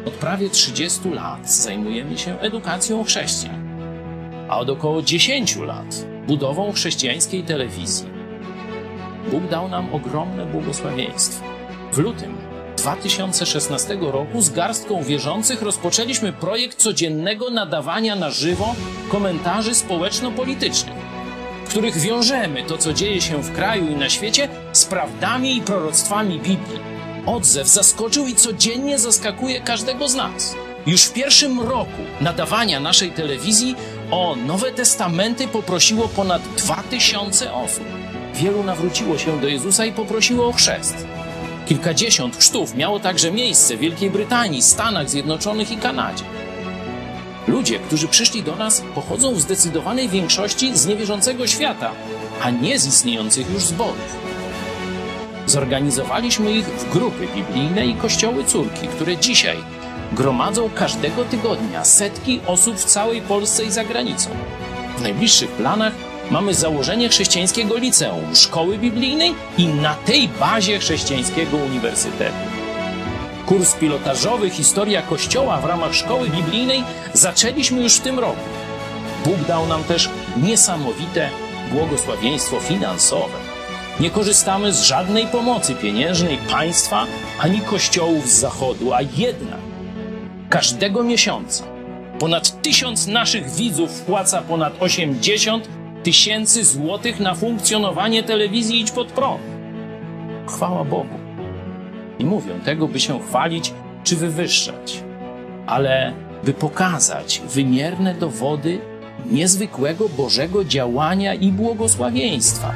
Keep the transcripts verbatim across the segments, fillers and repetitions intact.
Od prawie trzydziestu lat zajmujemy się edukacją chrześcijan, a od około dziesięciu lat budową chrześcijańskiej telewizji. Bóg dał nam ogromne błogosławieństwo. W lutym dwa tysiące szesnastego roku z garstką wierzących rozpoczęliśmy projekt codziennego nadawania na żywo komentarzy społeczno-politycznych, w których wiążemy to, co dzieje się w kraju i na świecie, z prawdami i proroctwami Biblii. Odzew zaskoczył i codziennie zaskakuje każdego z nas. Już w pierwszym roku nadawania naszej telewizji o Nowe Testamenty poprosiło ponad dwa tysiące osób. Wielu nawróciło się do Jezusa i poprosiło o chrzest. Kilkadziesiąt chrztów miało także miejsce w Wielkiej Brytanii, Stanach Zjednoczonych i Kanadzie. Ludzie, którzy przyszli do nas, pochodzą w zdecydowanej większości z niewierzącego świata, a nie z istniejących już zborów. Zorganizowaliśmy ich w grupy biblijne i kościoły córki, które dzisiaj gromadzą każdego tygodnia setki osób w całej Polsce i za granicą. W najbliższych planach mamy założenie chrześcijańskiego liceum, szkoły biblijnej i na tej bazie chrześcijańskiego uniwersytetu. Kurs pilotażowy Historia Kościoła w ramach szkoły biblijnej zaczęliśmy już w tym roku. Bóg dał nam też niesamowite błogosławieństwo finansowe. Nie korzystamy z żadnej pomocy pieniężnej państwa ani kościołów z zachodu, a jednak każdego miesiąca ponad tysiąc naszych widzów wpłaca ponad osiemdziesiąt tysięcy złotych na funkcjonowanie telewizji Idź Pod Prąd. Chwała Bogu. Nie mówię tego, by się chwalić czy wywyższać, ale by pokazać wymierne dowody niezwykłego Bożego działania i błogosławieństwa.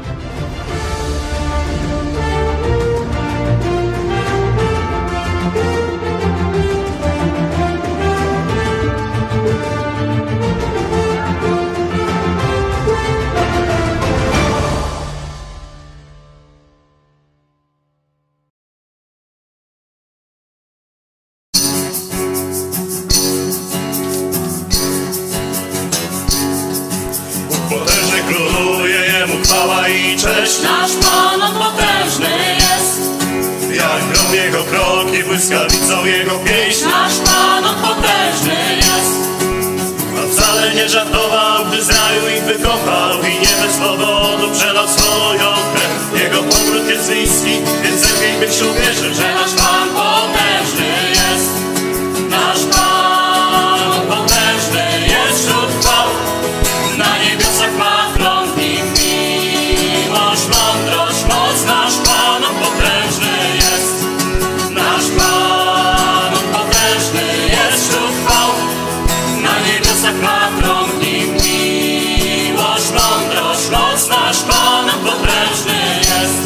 Cześć, nasz Pan, On potężny jest. Jak grom Jego krok i błyskawicą Jego pieśń. Nasz Pan, On potężny jest. A wcale nie żartował, gdy z raju ich wykopał i nie bez powodu przelał swoją krew. Jego powrót jest bliski, więc lepiej być uwierzy, że nasz Pan potężny jest. Nasz Pan, On potężny jest wśród chwał. Na niebiosach ma tron i mądrość, moc, nasz Pan, On potężny jest. Nasz Pan, On potężny jest wśród chwał. Na niebiosach ma tron i miłość, mądrość, moc, nasz Pan, On potężny jest.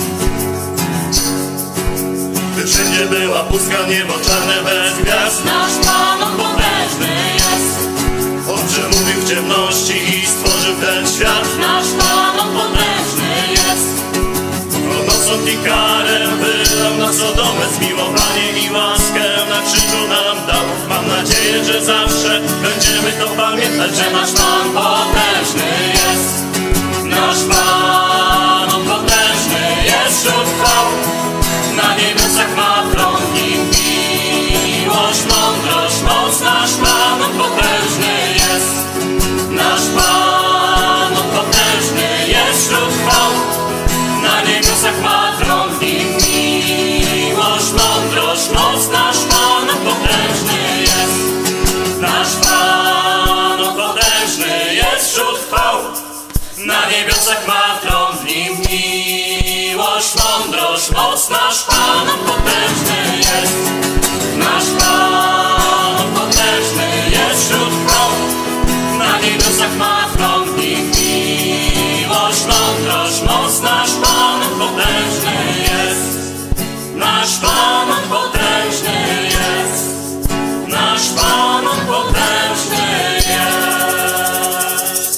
Gdy wszędzie była pustka, niebo czarne bez gwiazd, nasz Pan, On potężny jest. On przemówił w ciemności i stworzył ten świat. Nasz Pan, On potężny jest. On osąd i karę wylał na Sodomę, zmiłowanie i łaskę na krzyżu nam dał. Mam nadzieję, że zawsze będziemy to pamiętać, że nasz Pan potężny jest. Nasz Pan, On potężny jest wśród chwał. Na niebiosach ma tron i miłość, mądrość, moc, nasz Pan, On potężny jest. Nasz Pan, On potężny jest wśród chwał. Na niebiosach ma tron i miłość, mądrość, moc, nasz Pan, On potężny jest. Nasz Pan, On potężny jest wśród chwał. Na niebiosach ma tron i miłość, mądrość, moc, nasz Pan, On potężny jest. Nasz Pan, On potężny jest wśród chwał. Na niebiosach ma tron i miłość, mądrość, moc, nasz Pan, On potężny jest. Nasz Pan, On potężny jest. Nasz Pan, On potężny jest.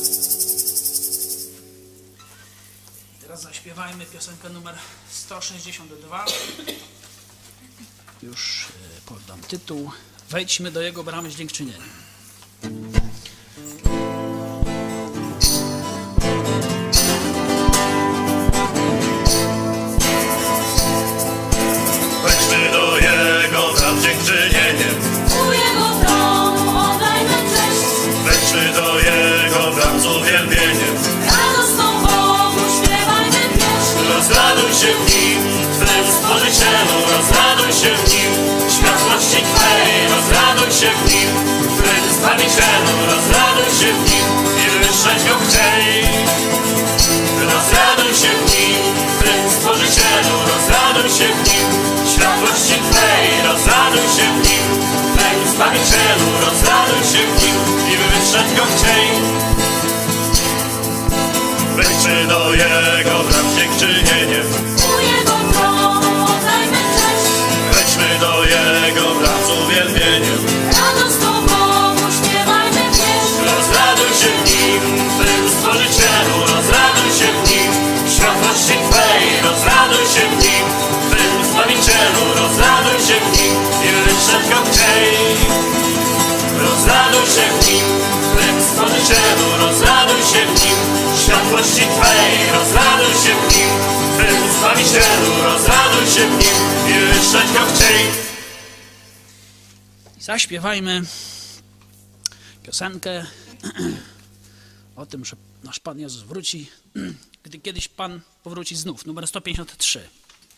Teraz zaśpiewajmy piosenkę numer sto sześćdziesiąt dwa. Już podam tytuł. Wejdźmy do Jego bramy z dziękczynieniem. Wejdźmy do Jego bram z dziękczynieniem. dziękczynieniem. U Jego tronu oddajmy cześć. Wejdźmy do Jego bram z uwielbieniem. Radosną Bogu śpiewajmy pieśń. Rozraduj się w Nim, Twym Stworzycielu, rozraduj się w Nim. Światłości Twej, rozraduj się w Nim. Twym Zbawicielu, rozraduj się w Nim i wywyższać Go chciej. Rozraduj się w Nim, Twym Stworzycielu, rozraduj się w Nim. Światłości Twej, rozraduj się w Nim. Twym Zbawicielu, rozraduj się w Nim i wywyższać Go chciej. Wejdźmy do Jego bram z dziękczynieniem. U Jego tronu oddajmy cześć. Wejdźmy do Jego bram z uwielbieniem. Radosną Bogu śpiewajmy pieśń. Rozraduj się w Nim, Twym Stworzycielu, rozraduj się w Nim. Światłości Twej, rozraduj się w Nim. Twym Zbawicielu, rozraduj się w Nim i wywyższać Go chciej. Rozraduj się w Nim, Twym Stworzycielu, rozraduj się w Nim. Światłości Twej, rozraduj się w Nim. Twym Zbawicielu, rozraduj się w Nim i wywyższać Go chciej. Zaśpiewajmy piosenkę o tym, że nasz Pan Jezus wróci, gdy kiedyś Pan powróci znów. Numer sto pięćdziesiąt trzy.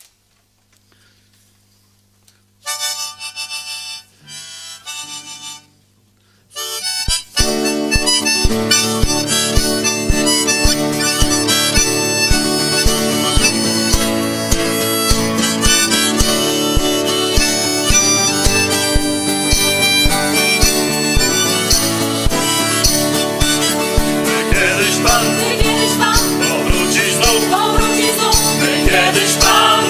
Kiedyś Pan Gdy kiedyś Pan powróci znów. powróci znów. Kiedyś Pan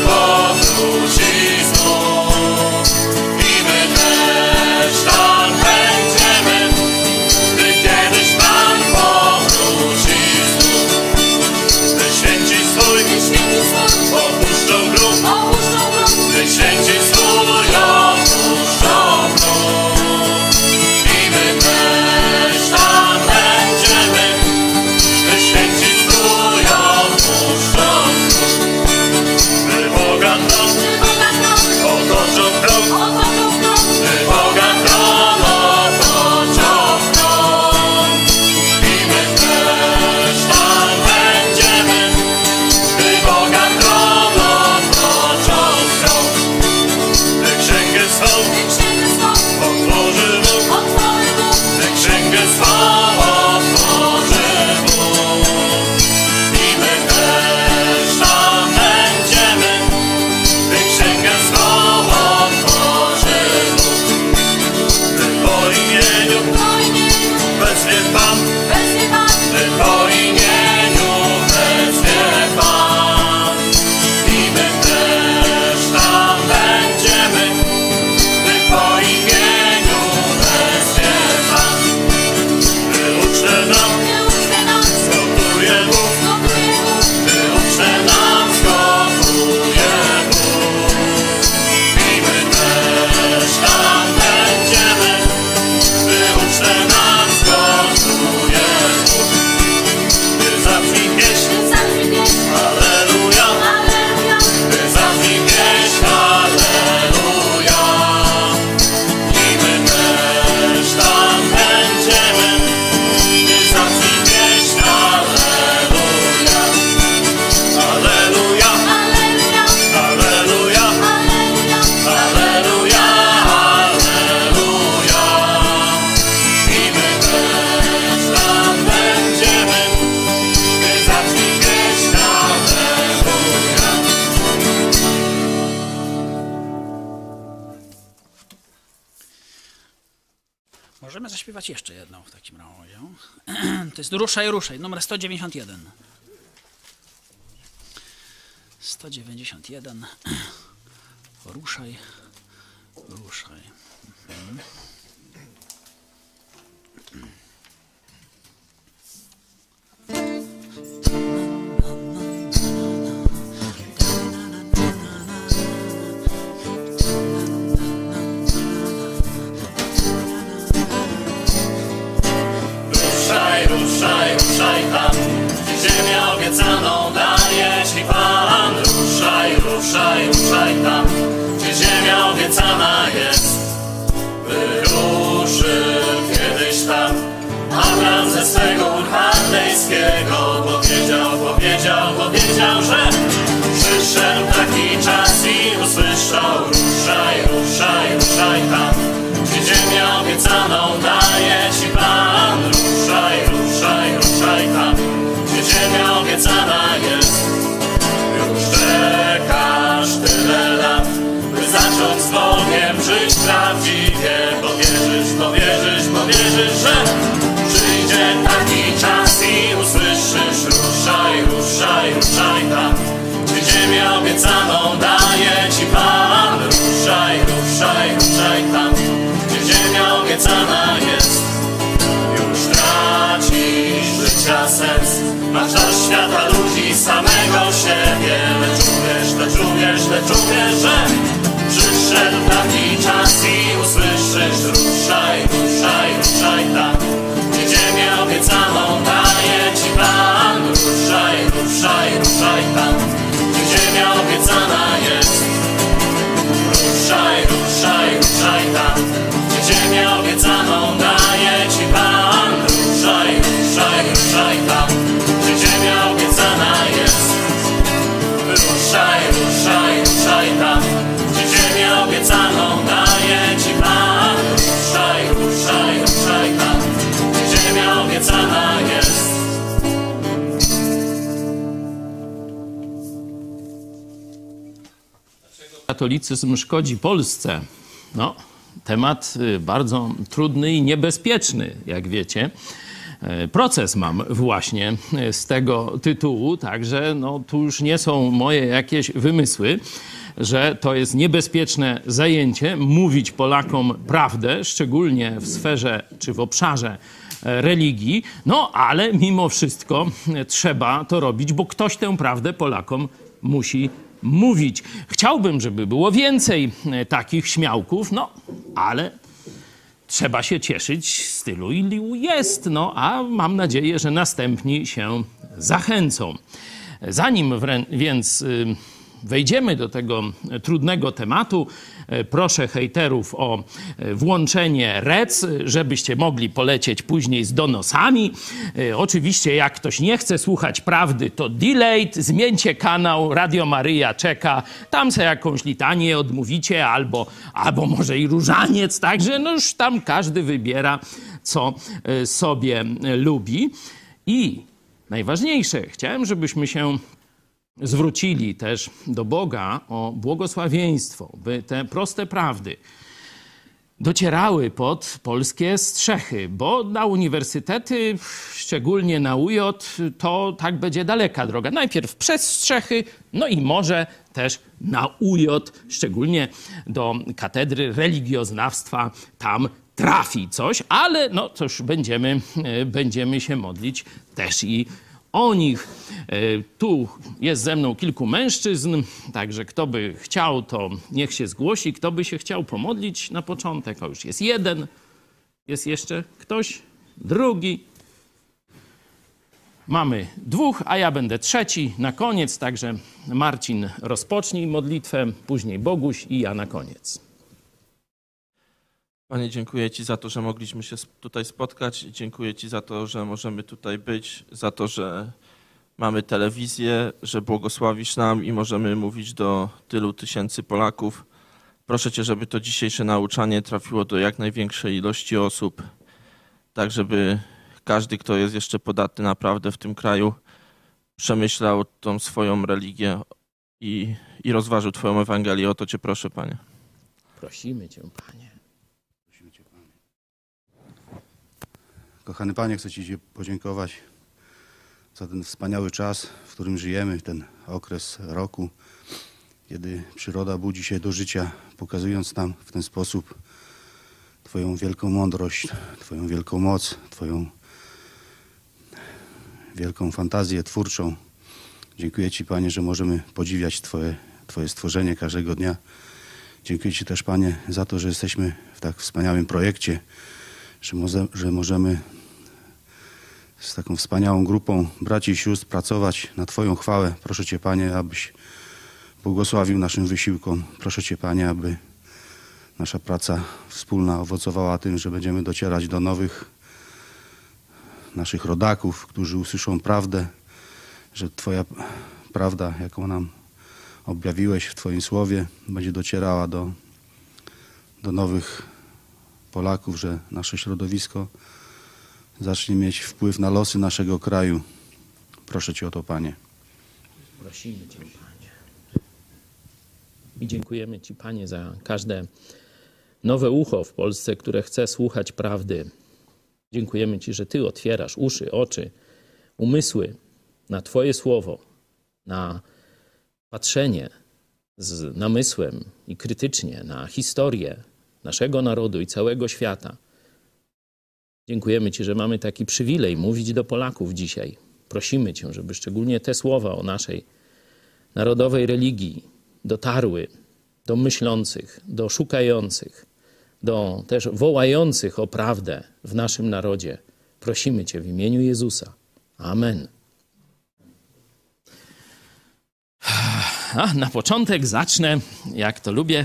powróci znów i my też tam będziemy. Gdy kiedyś Pan powróci znów, gdy święci swój Gdy święci swój opuszczą grób, opuszczą grób. gdy święci swój opuszczą grób i my też tam będziemy. Gdy święci swój opuszczą grób, gdy Boga tron Gdy Boga tron otoczą krok, otoczą w krok. gdy Boga tron otoczą krok i my też tam będziemy. Gdy Boga tron otoczą krok, gdy księgę swą Gdy księgę swą otworzy Bóg, otworzy Bóg. gdy księgę swą otworzy Bóg i my też tam będziemy. Gdy księgę swą otworzy Bóg, gdy po imieniu Po imieniu wezwie Pan, wezwie Pan. gdy po imieniu wezwie Pan i my też tam będziemy. Gdy po imieniu wezwie Pan, gdy ucztę nam Gdy ucztę nam zgotuje Bóg, zgotuje Bóg. gdy ucztę nam zgotuje Bóg i my też tam będziemy. Gdy ucztę nam zgotuje Bóg, gdy zabrzmi pieśń Gdy zabrzmi pieśń Alleluja, Alleluja. gdy zabrzmi pieśń Alleluja i my też tam będziemy. Gdy zabrzmi pieśń Alleluja, Alleluja, Alleluja. Alleluja, Alleluja. Alleluja, Alleluja i my też tam będziemy. Gdy zabrzmi pieśń Alleluja. Możemy zaśpiewać jeszcze jedną w takim razie. To jest Ruszaj, ruszaj, numer sto dziewięćdziesiąt jeden. sto dziewięćdziesiąt jeden. Ruszaj, ruszaj. Mhm. Ruszaj, ruszaj, ruszaj tam, gdzie ziemię obiecaną daje Ci Pan. Ruszaj, ruszaj, ruszaj tam, gdzie ziemia obiecana jest. Polskiego powiedział, powiedział, powiedział, że przyszedł taki czas i usłyszał: ruszaj, ruszaj, ruszaj tam, gdzie ziemię obiecaną daje ci Pan. Ruszaj, ruszaj, ruszaj tam, gdzie ziemia obiecana jest. Już czekasz tyle lat, by zacząć z Bogiem żyć prawdziwie. Powierzysz, powierzysz, powierzysz, że przyjdzie taki czas i usłyszysz: ruszaj, ruszaj, ruszaj tam, gdzie ziemię obiecaną daje ci Pan. Ruszaj, ruszaj, ruszaj tam, gdzie ziemia obiecana jest. Już tracisz życia sens, masz żal świata, ludzi, samego siebie. Lecz uwierz, lecz uwierz, lecz uwierz, że przyszedł taki czas i usłyszysz: ruszaj, ruszaj, ruszaj tam, gdzie ziemię obiecaną daje ci Pan. Ruszaj, ruszaj, ruszaj tam, gdzie ziemia obiecana jest. Ruszaj, ruszaj, ruszaj tam, gdzie ziemię obiecaną daje ci Pan. Ruszaj, ruszaj, ruszaj tam, gdzie ziemia obiecana jest. Ruszaj, ruszaj, ruszaj tam, gdzie ziemię obiecaną daje ci Pan. Ruszaj, ruszaj, ruszaj tam, gdzie ziemia obiecana jest. Katolicyzm szkodzi Polsce. No, temat bardzo trudny i niebezpieczny, jak wiecie. Proces mam właśnie z tego tytułu, także no, tu już nie są moje jakieś wymysły, że to jest niebezpieczne zajęcie, mówić Polakom prawdę, szczególnie w sferze czy w obszarze religii, no ale mimo wszystko trzeba to robić, bo ktoś tę prawdę Polakom musi mówić. Chciałbym, żeby było więcej takich śmiałków, no ale trzeba się cieszyć z tylu, ilu jest, no a mam nadzieję, że następni się zachęcą. Zanim wrę- więc y, wejdziemy do tego trudnego tematu, proszę hejterów o włączenie rec, żebyście mogli polecieć później z donosami. Oczywiście jak ktoś nie chce słuchać prawdy, to delete, zmieńcie kanał, Radio Maryja czeka, tam sobie jakąś litanię odmówicie, albo, albo może i różaniec, także no już tam każdy wybiera, co sobie lubi. I najważniejsze, chciałem, żebyśmy się zwrócili też do Boga o błogosławieństwo, by te proste prawdy docierały pod polskie strzechy, bo na uniwersytety, szczególnie na U J, to tak będzie daleka droga. Najpierw przez strzechy, no i może też na U J, szczególnie do katedry religioznawstwa, tam trafi coś, ale no cóż, będziemy, będziemy się modlić też i o nich. Tu jest ze mną kilku mężczyzn, także kto by chciał, to niech się zgłosi. Kto by się chciał pomodlić na początek? O, już jest jeden. Jest jeszcze ktoś? Drugi. Mamy dwóch, a ja będę trzeci na koniec, także Marcin rozpocznij modlitwę, później Boguś i ja na koniec. Panie, dziękuję Ci za to, że mogliśmy się tutaj spotkać. Dziękuję Ci za to, że możemy tutaj być, za to, że mamy telewizję, że błogosławisz nam i możemy mówić do tylu tysięcy Polaków. Proszę Cię, żeby to dzisiejsze nauczanie trafiło do jak największej ilości osób, tak żeby każdy, kto jest jeszcze podatny naprawdę w tym kraju, przemyślał tą swoją religię i, i rozważył Twoją Ewangelię. O to Cię proszę, Panie. Prosimy Cię, Panie. Kochany Panie, chcę Ci podziękować za ten wspaniały czas, w którym żyjemy, ten okres roku, kiedy przyroda budzi się do życia, pokazując nam w ten sposób Twoją wielką mądrość, Twoją wielką moc, Twoją wielką fantazję twórczą. Dziękuję Ci, Panie, że możemy podziwiać Twoje, Twoje stworzenie każdego dnia. Dziękuję Ci też, Panie, za to, że jesteśmy w tak wspaniałym projekcie, że, może, że możemy z taką wspaniałą grupą braci i sióstr pracować na Twoją chwałę. Proszę Cię, Panie, abyś błogosławił naszym wysiłkom. Proszę Cię, Panie, aby nasza praca wspólna owocowała tym, że będziemy docierać do nowych naszych rodaków, którzy usłyszą prawdę, że Twoja prawda, jaką nam objawiłeś w Twoim słowie, będzie docierała do, do nowych Polaków, że nasze środowisko zacznie mieć wpływ na losy naszego kraju. Proszę Cię o to, Panie. Prosimy Cię, Panie. I dziękujemy Ci, Panie, za każde nowe ucho w Polsce, które chce słuchać prawdy. Dziękujemy Ci, że Ty otwierasz uszy, oczy, umysły na Twoje słowo, na patrzenie z namysłem i krytycznie na historię naszego narodu i całego świata. Dziękujemy Ci, że mamy taki przywilej mówić do Polaków dzisiaj. Prosimy Cię, żeby szczególnie te słowa o naszej narodowej religii dotarły do myślących, do szukających, do też wołających o prawdę w naszym narodzie. Prosimy Cię w imieniu Jezusa. Amen. A na początek zacznę, jak to lubię,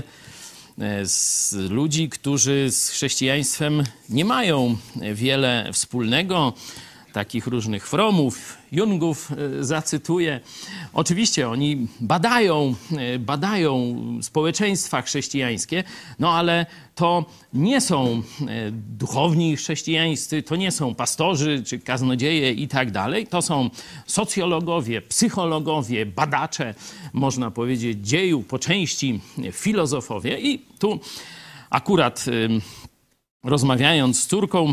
z ludzi, którzy z chrześcijaństwem nie mają wiele wspólnego, takich różnych fromów, Jungów zacytuję. Oczywiście oni badają, badają społeczeństwa chrześcijańskie, no ale to nie są duchowni chrześcijańscy, to nie są pastorzy czy kaznodzieje i tak dalej. To są socjologowie, psychologowie, badacze, można powiedzieć, dzieju, po części filozofowie. I tu akurat rozmawiając z córką,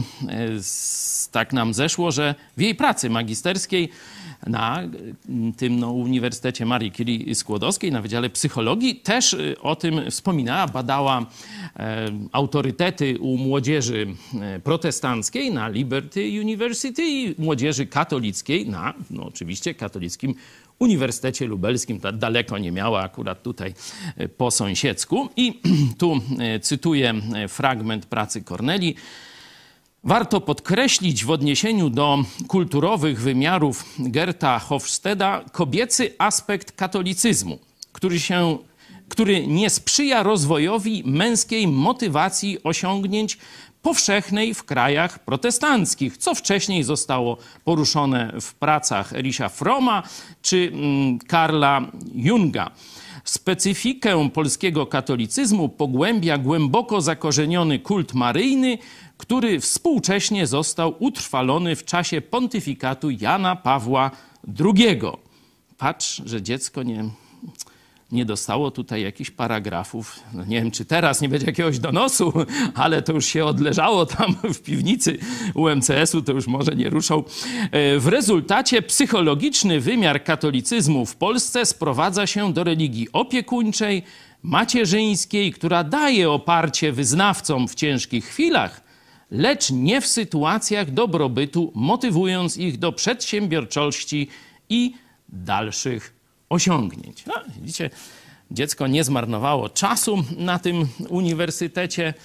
tak nam zeszło, że w jej pracy magisterskiej na tym no, Uniwersytecie Marii Curie Skłodowskiej, na Wydziale Psychologii, też o tym wspominała, badała e, autorytety u młodzieży protestanckiej na Liberty University i młodzieży katolickiej na, no oczywiście, katolickim Uniwersytecie Lubelskim. Ta daleko nie miała, akurat tutaj po sąsiedzku. I tu cytuję fragment pracy Corneli. Warto podkreślić w odniesieniu do kulturowych wymiarów Gerta Hofsteda kobiecy aspekt katolicyzmu, który, się, który nie sprzyja rozwojowi męskiej motywacji osiągnięć powszechnej w krajach protestanckich, co wcześniej zostało poruszone w pracach Ericha Fromma czy Karla Junga. Specyfikę polskiego katolicyzmu pogłębia głęboko zakorzeniony kult maryjny, który współcześnie został utrwalony w czasie pontyfikatu Jana Pawła drugiego. Patrz, że dziecko nie, nie dostało tutaj jakichś paragrafów. No nie wiem, czy teraz nie będzie jakiegoś donosu, ale to już się odleżało tam w piwnicy U M C S-u, to już może nie ruszą. W rezultacie psychologiczny wymiar katolicyzmu w Polsce sprowadza się do religii opiekuńczej, macierzyńskiej, która daje oparcie wyznawcom w ciężkich chwilach, lecz nie w sytuacjach dobrobytu, motywując ich do przedsiębiorczości i dalszych osiągnięć. No, widzicie, dziecko nie zmarnowało czasu na tym uniwersytecie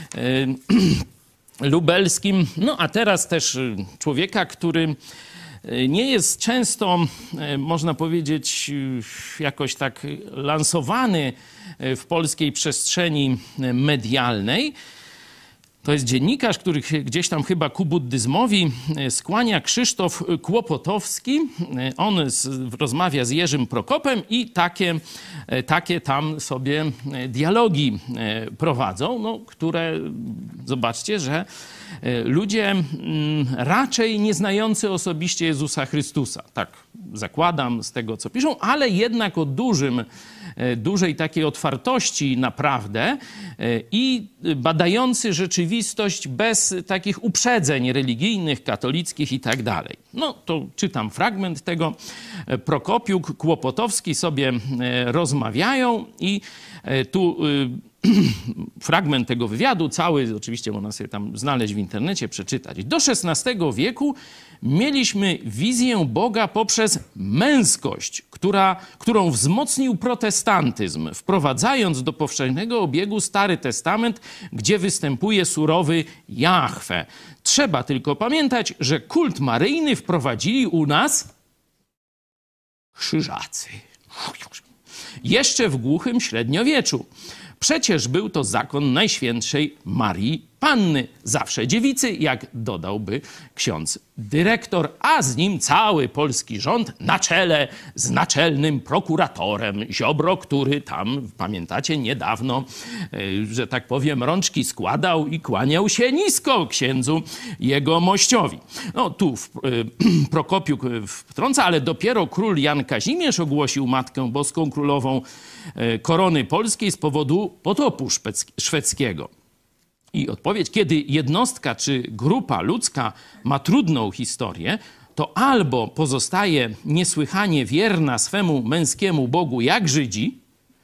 yy, lubelskim. No a teraz też człowieka, który nie jest często, można powiedzieć, jakoś tak lansowany w polskiej przestrzeni medialnej. To jest dziennikarz, który gdzieś tam chyba ku buddyzmowi skłania, Krzysztof Kłopotowski. On z, rozmawia z Jerzym Prokopem i takie, takie tam sobie dialogi prowadzą, no, które, zobaczcie, że ludzie raczej nie znający osobiście Jezusa Chrystusa, tak zakładam z tego, co piszą, ale jednak o dużym, dużej takiej otwartości na prawdę i badający rzeczywistość bez takich uprzedzeń religijnych, katolickich i tak dalej. No to czytam fragment tego. Prokopiuk, Kłopotowski sobie rozmawiają i tu fragment tego wywiadu, cały oczywiście można sobie tam znaleźć w internecie, przeczytać. Do szesnastego wieku mieliśmy wizję Boga poprzez męskość, która, którą wzmocnił protestantyzm, wprowadzając do powszechnego obiegu Stary Testament, gdzie występuje surowy Jahwe. Trzeba tylko pamiętać, że kult maryjny wprowadzili u nas krzyżacy. Jeszcze w głuchym średniowieczu. Przecież był to zakon Najświętszej Marii panny, zawsze dziewicy, jak dodałby ksiądz dyrektor, a z nim cały polski rząd na czele z naczelnym prokuratorem Ziobro, który tam, pamiętacie, niedawno, że tak powiem, rączki składał i kłaniał się nisko księdzu jegomościowi. No tu w, Prokopiuk wtrąca, ale dopiero król Jan Kazimierz ogłosił Matkę Boską królową korony polskiej z powodu potopu szwedzkiego. I odpowiedź, kiedy jednostka czy grupa ludzka ma trudną historię, to albo pozostaje niesłychanie wierna swemu męskiemu Bogu jak Żydzi,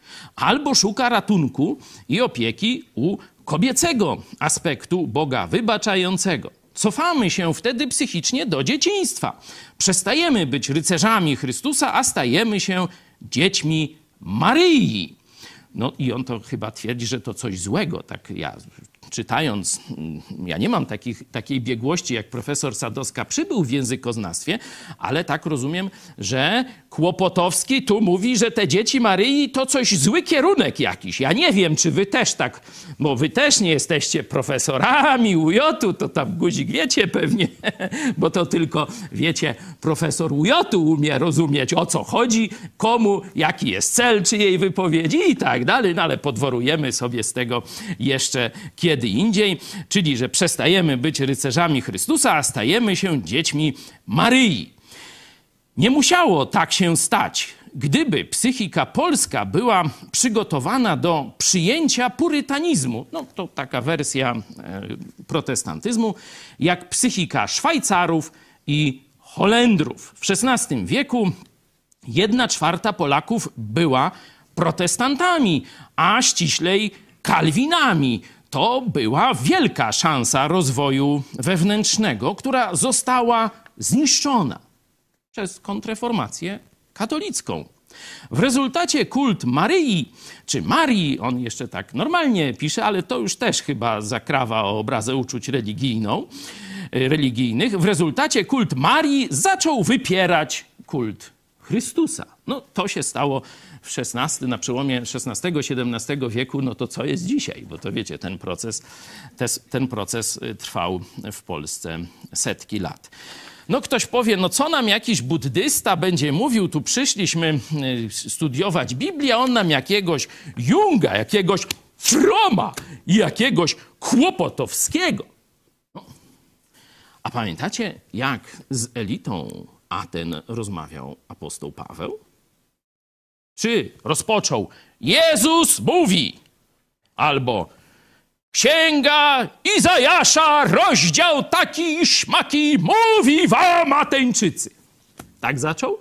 albo szuka ratunku i opieki u kobiecego aspektu Boga wybaczającego. Cofamy się wtedy psychicznie do dzieciństwa. Przestajemy być rycerzami Chrystusa, a stajemy się dziećmi Maryi. No i on to chyba twierdzi, że to coś złego. Tak ja czytając, ja nie mam takich, takiej biegłości jak profesor Sadowska przybył w językoznawstwie, ale tak rozumiem, że Kłopotowski tu mówi, że te dzieci Maryi to coś zły kierunek jakiś. Ja nie wiem, czy wy też tak, bo wy też nie jesteście profesorami U J-u, to tam guzik wiecie pewnie, bo to tylko, wiecie, profesor U J-u umie rozumieć, o co chodzi, komu, jaki jest cel czyjej wypowiedzi i tak dalej, no ale podworujemy sobie z tego jeszcze kiedy indziej, czyli że przestajemy być rycerzami Chrystusa, a stajemy się dziećmi Maryi. Nie musiało tak się stać, gdyby psychika polska była przygotowana do przyjęcia purytanizmu, no to taka wersja e, protestantyzmu, jak psychika Szwajcarów i Holendrów. W szesnastym wieku jedna czwarta Polaków była protestantami, a ściślej kalwinami. To była wielka szansa rozwoju wewnętrznego, która została zniszczona przez kontrreformację katolicką. W rezultacie kult Maryi, czy Marii, on jeszcze tak normalnie pisze, ale to już też chyba zakrawa o obrazę uczuć religijną, religijnych. W rezultacie kult Marii zaczął wypierać kult Chrystusa. No to się stało w szesnastym, na przełomie szesnastego siedemnastego wieku, no to co jest dzisiaj? Bo to wiecie, ten proces, tes, ten proces trwał w Polsce setki lat. No ktoś powie, no co nam jakiś buddysta będzie mówił, tu przyszliśmy studiować Biblię, a on nam jakiegoś Junga, jakiegoś Froma i jakiegoś Kłopotowskiego. No. A pamiętacie, jak z elitą Aten rozmawiał apostoł Paweł? Czy rozpoczął Jezus mówi, albo Księga Izajasza, rozdział taki i śmaki, mówi wam Ateńczycy. Tak zaczął?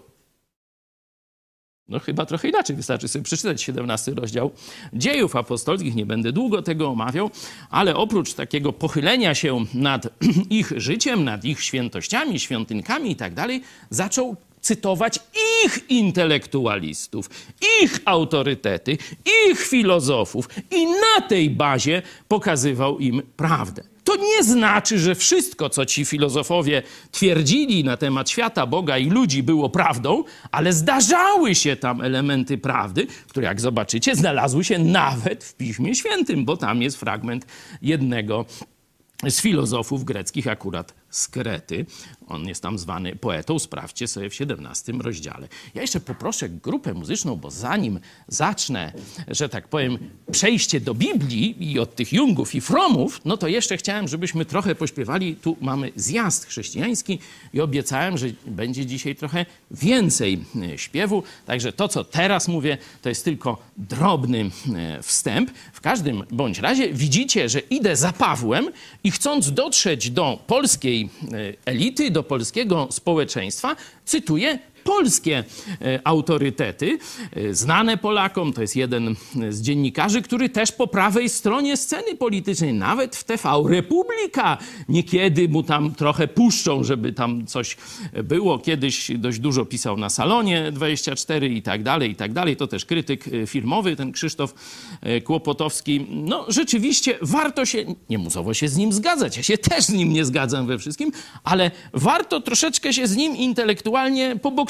No chyba trochę inaczej, wystarczy sobie przeczytać siedemnasty rozdział Dziejów Apostolskich, nie będę długo tego omawiał, ale oprócz takiego pochylenia się nad ich życiem, nad ich świętościami, świątynkami i tak dalej, zaczął cytować ich intelektualistów, ich autorytety, ich filozofów i na tej bazie pokazywał im prawdę. To nie znaczy, że wszystko, co ci filozofowie twierdzili na temat świata, Boga i ludzi było prawdą, ale zdarzały się tam elementy prawdy, które jak zobaczycie znalazły się nawet w Piśmie Świętym, bo tam jest fragment jednego z filozofów greckich, akurat z Krety. On jest tam zwany poetą, sprawdźcie sobie w siedemnastym rozdziale. Ja jeszcze poproszę grupę muzyczną, bo zanim zacznę, że tak powiem, przejście do Biblii i od tych Jungów i Fromów, no to jeszcze chciałem, żebyśmy trochę pośpiewali. Tu mamy zjazd chrześcijański i obiecałem, że będzie dzisiaj trochę więcej śpiewu. Także to, co teraz mówię, to jest tylko drobny wstęp. W każdym bądź razie widzicie, że idę za Pawłem i chcąc dotrzeć do polskiej elity, do polskiego społeczeństwa, cytuję polskie autorytety, znane Polakom. To jest jeden z dziennikarzy, który też po prawej stronie sceny politycznej, nawet w T V Republika, niekiedy mu tam trochę puszczą, żeby tam coś było. Kiedyś dość dużo pisał na Salonie dwadzieścia cztery i tak dalej, i tak dalej. To też krytyk filmowy, ten Krzysztof Kłopotowski. No rzeczywiście warto się, nie musowo się z nim zgadzać, ja się też z nim nie zgadzam we wszystkim, ale warto troszeczkę się z nim intelektualnie poboksować.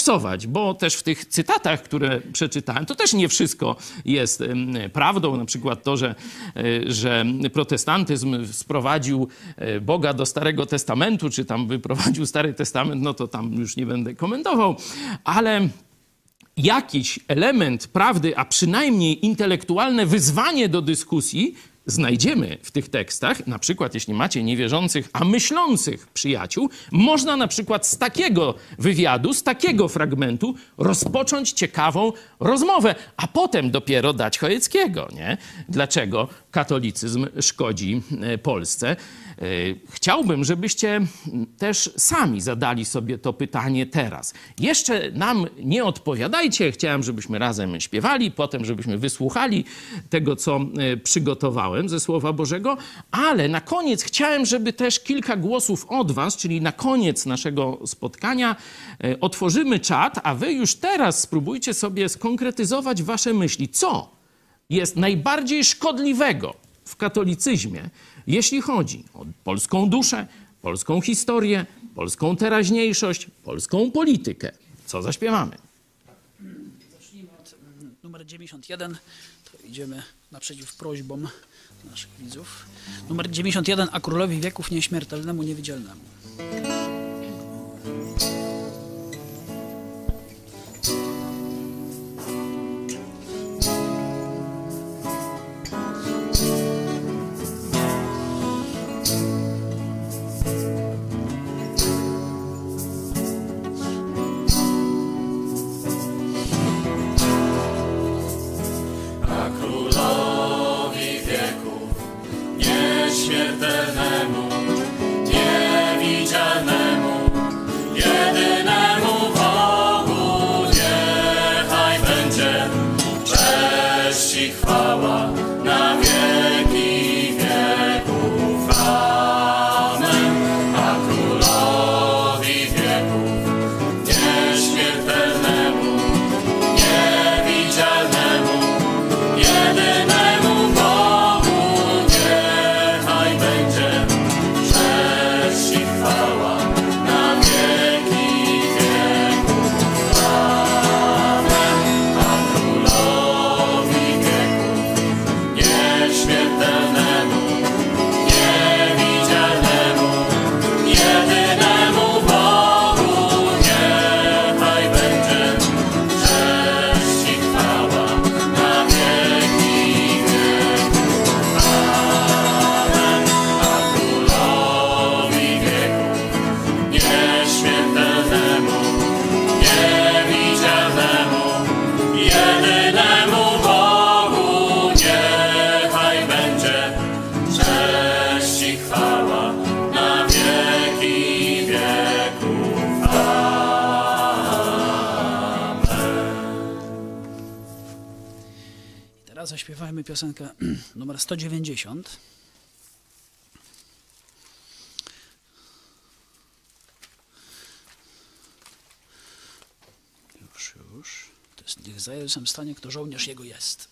relaksować, bo też w tych cytatach, które przeczytałem, to też nie wszystko jest prawdą. Na przykład to, że, że protestantyzm sprowadził Boga do Starego Testamentu, czy tam wyprowadził Stary Testament, no to tam już nie będę komentował, ale jakiś element prawdy, a przynajmniej intelektualne wyzwanie do dyskusji znajdziemy w tych tekstach. Na przykład, jeśli macie niewierzących, a myślących przyjaciół, można na przykład z takiego wywiadu, z takiego fragmentu rozpocząć ciekawą rozmowę, a potem dopiero dać Chojeckiego, nie? Dlaczego katolicyzm szkodzi Polsce? Chciałbym, żebyście też sami zadali sobie to pytanie teraz. Jeszcze nam nie odpowiadajcie. Chciałem, żebyśmy razem śpiewali, potem żebyśmy wysłuchali tego, co przygotowałem ze Słowa Bożego, ale na koniec chciałem, żeby też kilka głosów od was, czyli na koniec naszego spotkania otworzymy czat, a wy już teraz spróbujcie sobie skonkretyzować wasze myśli. Co jest najbardziej szkodliwego w katolicyzmie, jeśli chodzi o polską duszę, polską historię, polską teraźniejszość, polską politykę? Co zaśpiewamy? Zacznijmy od numer dziewięćdziesiąt jeden. To idziemy naprzeciw prośbom naszych widzów. Numer dziewięćdziesiąt jeden, a królowi wieków nieśmiertelnemu, niewidzialnemu. Nieśmiertelnemu, niewidzialnemu, jedynemu Bogu niechaj będzie cześć i chwała na wieki wieków. Amen. A królowi wieków, nieśmiertelnemu, niewidzialnemu, jedynemu Bogu niechaj będzie cześć i chwała na wieki wieków. Amen. A królowi wieków, nieśmiertelnemu, niewidzialnemu, jedynemu Bogu niechaj będzie cześć i chwała na wieki wieków. Amen. A królowi wieków, nieśmiertelnemu, niewidzialnemu, jedynemu Bogu niechaj będzie cześć i chwała na wieki wieków. I teraz zaśpiewajmy piosenkę numer sto dziewięćdziesiąt. Już, już. To jest niech za Jezusem stanie, kto żołnierz jego jest.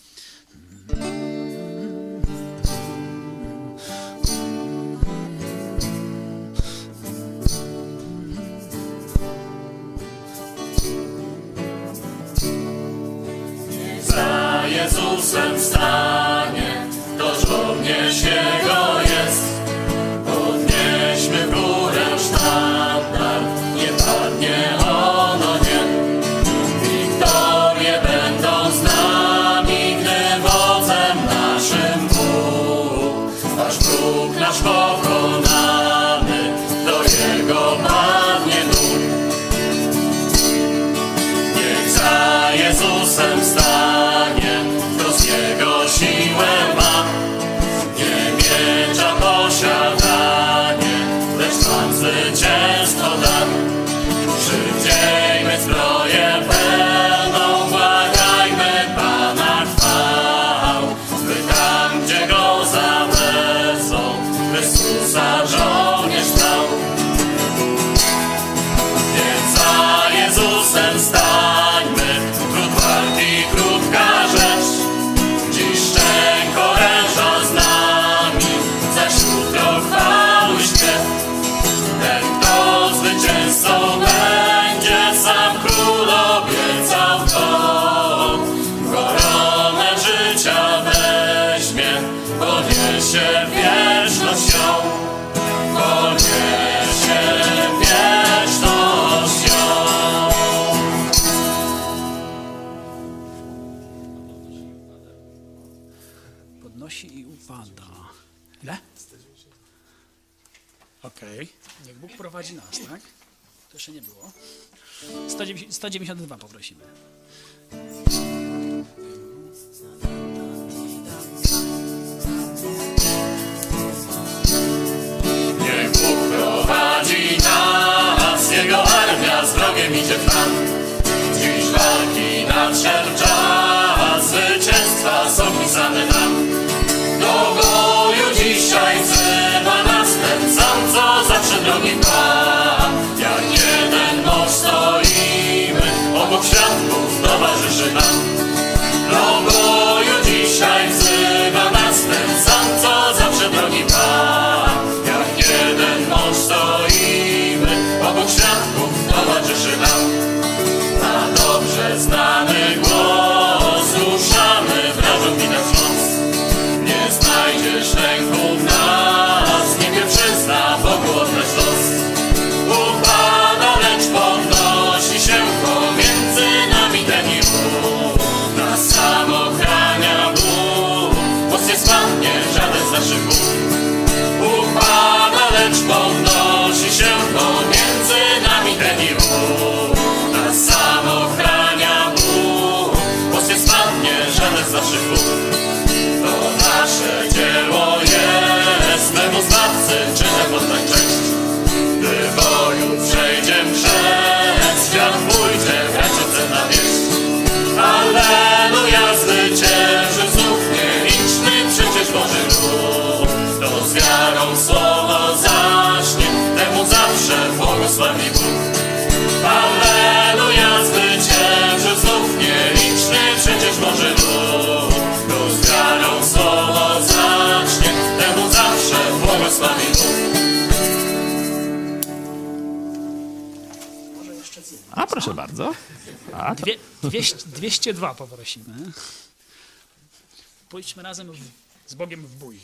Za Jezusem stanie, to żołnierz jego jest. Podnieśmy w górę sztandar, nie padnie ono, nie. Wiktorie będą z nami, gdy wodzem naszym Bóg. Aż Bóg nasz pokonany, do Jego padnie nóg. Niech za Jezusem stanie, kto z Jego siłę ma. Nie miecza posiadanie, lecz Pan zwycięstwo da. Przywdziejmy zbroję pełną, błagajmy Pana chwał, by tam, gdzie Go zawezą, Chrystusa żołnierz stał. Więc za Jezusem stańmy, trud walki krótka rzecz. Dziś szczęk oręża z nami, zaś jutro chwały śpiew. Ten, kto zwycięzcą będzie, sam król. Okej. Niech Bóg prowadzi nas, tak? To jeszcze nie było. sto dziewięćdziesiąt dwa poprosimy. Niech Bóg prowadzi nas, Jego armia z wrogiem idzie w nam. Dziś walki nadszedł czas, zwycięstwa są pisane nam. Do boju dzisiaj wzywa nas ten sam, co zawsze drogi Pan. Jak jeden mąż stoimy, obok świadków towarzyszy nam. Do boju dzisiaj wzywa nas ten sam, co zawsze drogi Pan. Jak jeden mąż stoimy, obok świadków towarzyszy nam. Na dobrze znany głos ruszamy wrażą widać moc. Nie znajdziesz ręku w nas, niebie przyzna Bogu oddać los. Upada, lecz podnosi się pomiędzy nami ten i ów. Nas sam ochrania Bóg, moc nie spadnie żaden z naszych głów. Upada, lecz podnosi się pomiędzy nami ten i ów. Nas sam ochrania Bóg, moc nie spadnie żaden z naszych głów. To nasze dzieło jest, memu Zbawcy czynem oddać cześć. Gdy boju przejdzie chrzest, świat pójdzie wracając na wieść. Alleluja, zwycięży znów nieliczny przecież Boży lud. Kto z wiarą słowo zaśnie, temu zawsze błogosławi Bóg. Alleluja, zwycięży znów nieliczny przecież Boży lud. Kto z wiarą słowo zacznie, temu zawsze błogosławi Bóg. A proszę bardzo. A, to... Dwie, dwieście, dwieście dwa poprosimy. Pójdźmy razem w, z Bogiem w bój.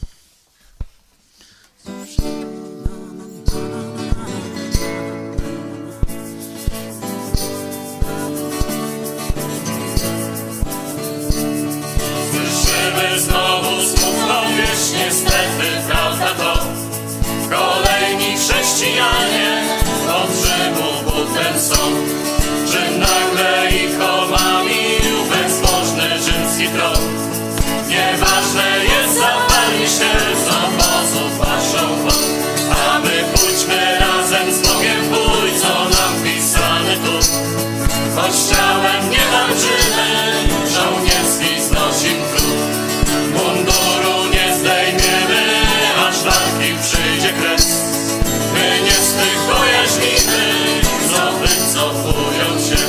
Słyszymy znowu smutną wieść, niestety prawda to. Kolejni chrześcijanie od Rzymu butem są. Czym nagle ich omamił bezbożny rzymski tron. Nieważne jest, zapalnie się z obozów waszą won. A my pójdźmy razem z Bogiem w bój, co nam pisany tu. Choć ciałem nie walczymy, żołnierski znosi kruk. Munduru nie zdejmiemy, aż walki przyjdzie kres. My nie z tych bojaźnimy, co wycofują się.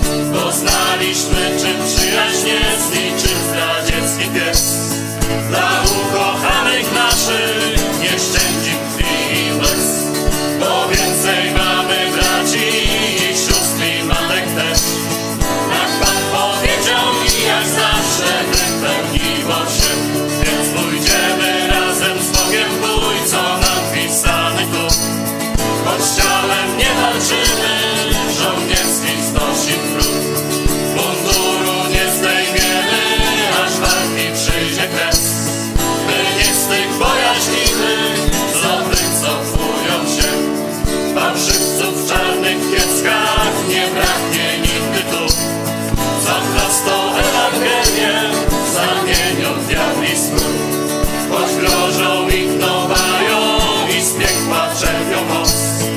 Poznaliśmy, czym przyjaźń jest i czym zdradziecki pies. Dla ukochanych naszych nie szczędzi krwi i łez. Bo więcej mamy braci i sióstr i matek też. Jak Pan powiedział mi, jak zawsze wypełniło się. Więc pójdziemy razem z Bogiem w bój, co nam pisany tu. Choć ciałem nie walczymy, żołnierski znosi kruk. Munduru nie zdejmiemy, aż walki przyjdzie kres. My nie z tych bojaźnimy, co wycofują się. Fałszywców w czarnych pieskach nie braknie nigdy tu. Za prostą Ewangelię zamienią w diabli smród. Choć grożą i gnowają i z piekła czerpią moc.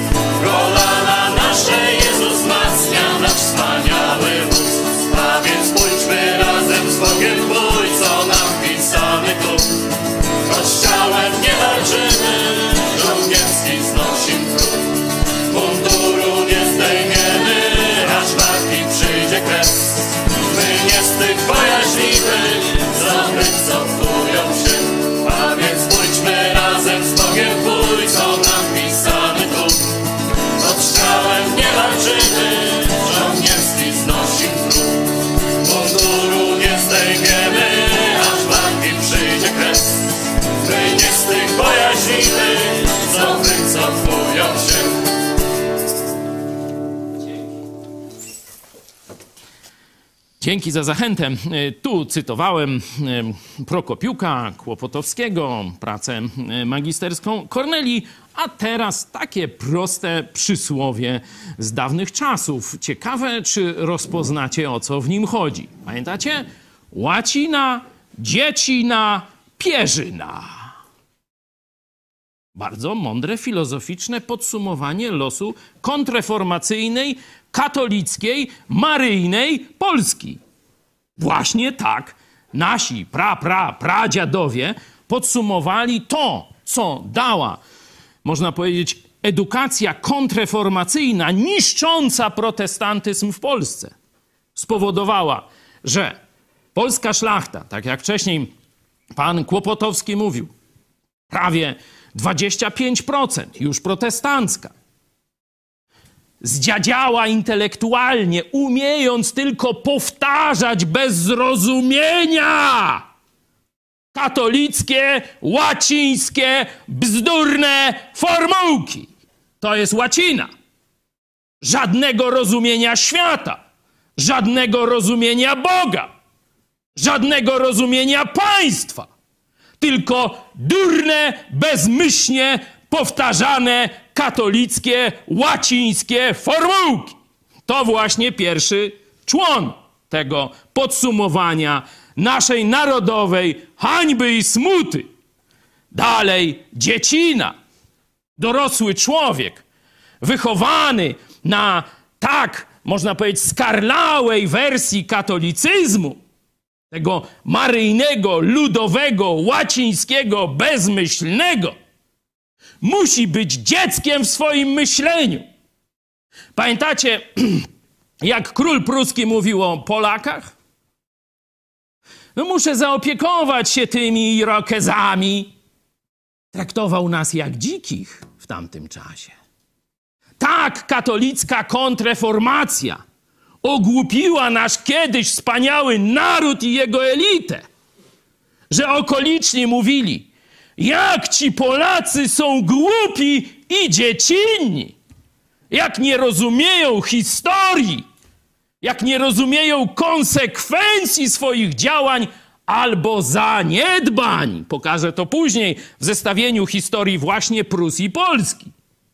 Kolana nasze Jezus wzmacnia, nasz wspaniały wódz. A więc pójdźmy razem z Bogiem w bój, co nam pisany tu. Choć ciałem nie walczymy, żołnierski znosi kruk. Munduru nie zdejmiemy, aż walki przyjdzie kres. My nie z tych bojaźliwych, co wycofują się. A więc pójdźmy razem z Bogiem w bój, co nam pisany tu. Choć ciałem nie walczymy, żołnierski znosi kruk. Munduru nie zdejmiemy, aż walki przyjdzie kres. My nie z tych bojaźliwych, co wycofują się. Dzięki za zachętę. Tu cytowałem Prokopiuka, Kłopotowskiego, pracę magisterską Kornelii, a teraz takie proste przysłowie z dawnych czasów. Ciekawe, czy rozpoznacie, o co w nim chodzi. Pamiętacie? Łacina, dziecina, pierzyna. Bardzo mądre, filozoficzne podsumowanie losu kontreformacyjnej, katolickiej, maryjnej Polski. Właśnie tak nasi pra, pra, pradziadowie podsumowali to, co dała, można powiedzieć, edukacja kontreformacyjna niszcząca protestantyzm w Polsce. Spowodowała, że polska szlachta, tak jak wcześniej pan Kłopotowski mówił, prawie dwadzieścia pięć procent już protestancka, zdziadziała intelektualnie, umiejąc tylko powtarzać bez zrozumienia katolickie, łacińskie, bzdurne formułki. To jest łacina. Żadnego rozumienia świata, żadnego rozumienia Boga, żadnego rozumienia państwa, tylko durne, bezmyślnie powtarzane katolickie, łacińskie formułki. To właśnie pierwszy człon tego podsumowania naszej narodowej hańby i smuty. Dalej dziecina, dorosły człowiek, wychowany na tak, można powiedzieć, skarlałej wersji katolicyzmu, tego maryjnego, ludowego, łacińskiego, bezmyślnego, musi być dzieckiem w swoim myśleniu. Pamiętacie, jak król pruski mówił o Polakach? No muszę zaopiekować się tymi Irokezami. Traktował nas jak dzikich w tamtym czasie. Tak katolicka kontreformacja ogłupiła nasz kiedyś wspaniały naród i jego elitę, że okoliczni mówili, jak ci Polacy są głupi i dziecinni, jak nie rozumieją historii, jak nie rozumieją konsekwencji swoich działań albo zaniedbań. Pokażę to później w zestawieniu historii właśnie Prus i Polski.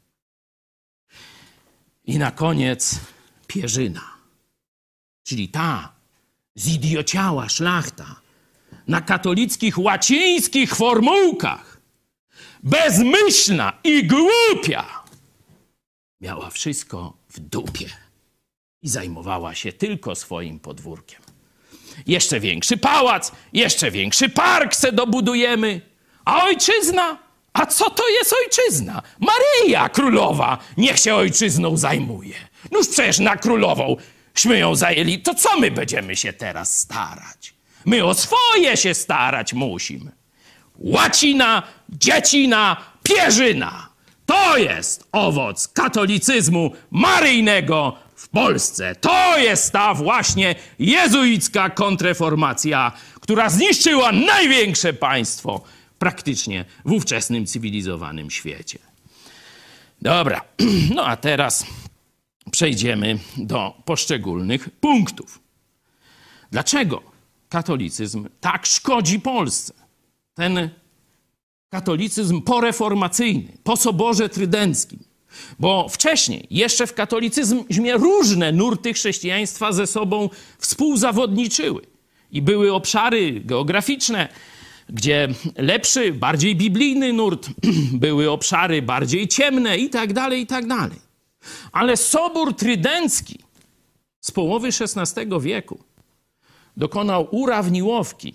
I na koniec pierzyna, czyli ta zidiociała szlachta na katolickich, łacińskich formułkach, bezmyślna i głupia, miała wszystko w dupie i zajmowała się tylko swoim podwórkiem. Jeszcze większy pałac, jeszcze większy park se dobudujemy. A ojczyzna? A co to jest ojczyzna? Maryja Królowa niech się ojczyzną zajmuje. Noż przecież na królową śmy ją zajęli, to co my będziemy się teraz starać? My o swoje się starać musimy. Łacina, dziecina, pierzyna. To jest owoc katolicyzmu maryjnego w Polsce. To jest ta właśnie jezuicka kontreformacja, która zniszczyła największe państwo praktycznie w ówczesnym cywilizowanym świecie. Dobra, no a teraz przejdziemy do poszczególnych punktów. Dlaczego katolicyzm tak szkodzi Polsce? Ten katolicyzm poreformacyjny, posoborze-trydenckim. Bo wcześniej, jeszcze w katolicyzmie, różne nurty chrześcijaństwa ze sobą współzawodniczyły. I były obszary geograficzne, gdzie lepszy, bardziej biblijny nurt, były obszary bardziej ciemne i tak dalej, i tak dalej. Ale Sobór Trydencki z połowy szesnastego wieku dokonał urawniłowki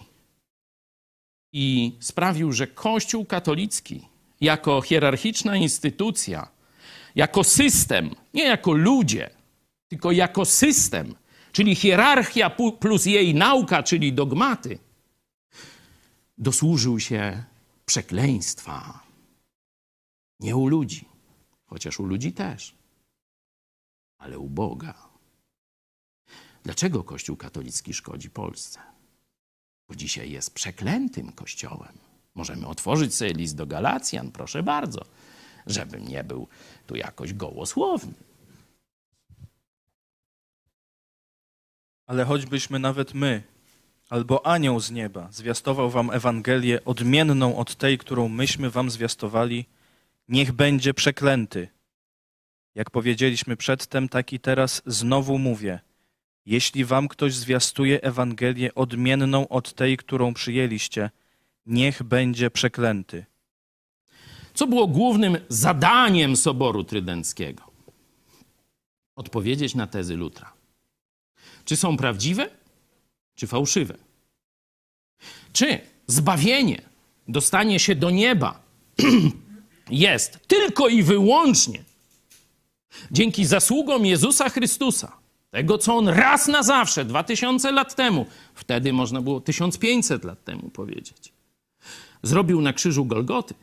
i sprawił, że Kościół katolicki jako hierarchiczna instytucja, jako system, nie jako ludzie, tylko jako system, czyli hierarchia plus jej nauka, czyli dogmaty, dosłużył się przekleństwa. Nie u ludzi, chociaż u ludzi też, ale u Boga. Dlaczego Kościół katolicki szkodzi Polsce? Bo dzisiaj jest przeklętym Kościołem. Możemy otworzyć sobie list do Galacjan, proszę bardzo, żebym nie był tu jakoś gołosłowny. Ale choćbyśmy nawet my, albo anioł z nieba, zwiastował wam Ewangelię odmienną od tej, którą myśmy wam zwiastowali, niech będzie przeklęty. Jak powiedzieliśmy przedtem, tak i teraz znowu mówię. Jeśli wam ktoś zwiastuje Ewangelię odmienną od tej, którą przyjęliście, niech będzie przeklęty. Co było głównym zadaniem Soboru Trydenckiego? Odpowiedzieć na tezy Lutra. Czy są prawdziwe, czy fałszywe? Czy zbawienie, dostanie się do nieba jest tylko i wyłącznie dzięki zasługom Jezusa Chrystusa, tego, co On raz na zawsze, dwa tysiące lat temu, wtedy można było tysiąc pięćset lat temu powiedzieć, zrobił na krzyżu Golgoty,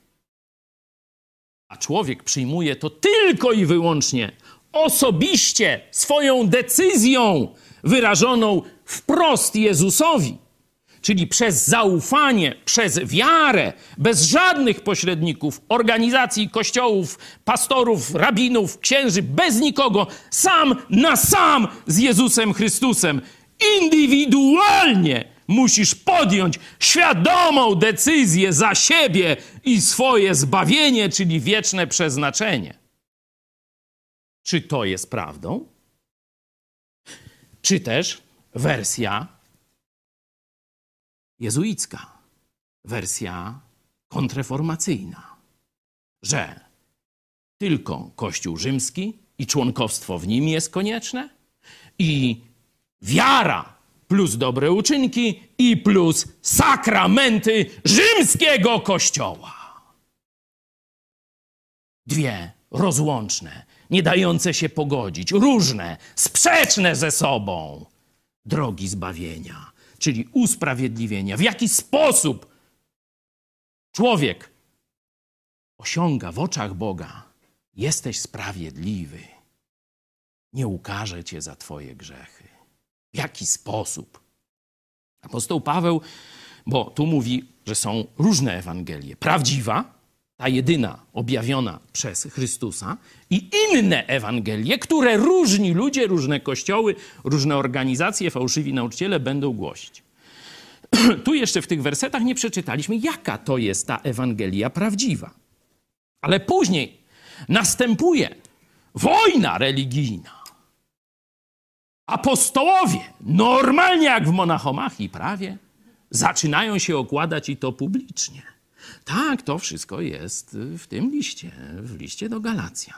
a człowiek przyjmuje to tylko i wyłącznie osobiście, swoją decyzją wyrażoną wprost Jezusowi, czyli przez zaufanie, przez wiarę, bez żadnych pośredników, organizacji, kościołów, pastorów, rabinów, księży, bez nikogo, sam na sam z Jezusem Chrystusem. Indywidualnie musisz podjąć świadomą decyzję za siebie i swoje zbawienie, czyli wieczne przeznaczenie. Czy to jest prawdą? Czy też wersja jezuicka, wersja kontreformacyjna, że tylko Kościół rzymski i członkostwo w nim jest konieczne i wiara plus dobre uczynki i plus sakramenty rzymskiego Kościoła. Dwie rozłączne, nie dające się pogodzić, różne, sprzeczne ze sobą drogi zbawienia, czyli usprawiedliwienia. W jaki sposób człowiek osiąga w oczach Boga: jesteś sprawiedliwy, nie ukarzę cię za twoje grzechy. W jaki sposób? Apostoł Paweł, bo tu mówi, że są różne Ewangelie. Prawdziwa, ta jedyna objawiona przez Chrystusa, i inne Ewangelie, które różni ludzie, różne kościoły, różne organizacje, fałszywi nauczyciele będą głosić. Tu jeszcze w tych wersetach nie przeczytaliśmy, jaka to jest ta Ewangelia prawdziwa. Ale później następuje wojna religijna. Apostołowie, normalnie jak w monachomachii prawie, zaczynają się okładać i to publicznie. Tak, to wszystko jest w tym liście, w liście do Galacjan.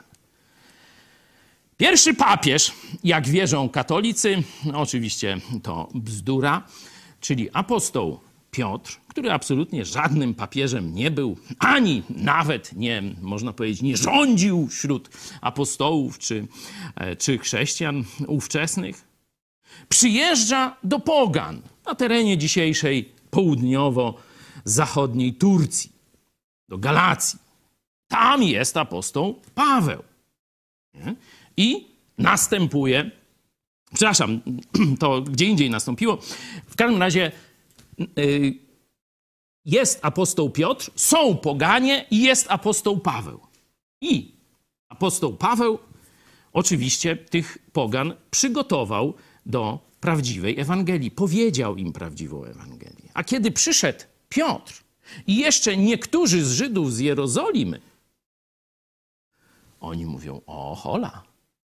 Pierwszy papież, jak wierzą katolicy, no oczywiście to bzdura, czyli apostoł Piotr, który absolutnie żadnym papieżem nie był, ani nawet nie, można powiedzieć, nie rządził wśród apostołów czy, czy chrześcijan ówczesnych, przyjeżdża do pogan na terenie dzisiejszej południowo-zachodniej Turcji, do Galacji. Tam jest apostoł Paweł. Nie? I następuje, przepraszam, to gdzie indziej nastąpiło, w każdym razie yy, jest apostoł Piotr, są poganie i jest apostoł Paweł. I apostoł Paweł oczywiście tych pogan przygotował do prawdziwej Ewangelii. Powiedział im prawdziwą Ewangelię. A kiedy przyszedł Piotr i jeszcze niektórzy z Żydów z Jerozolimy, oni mówią: o hola,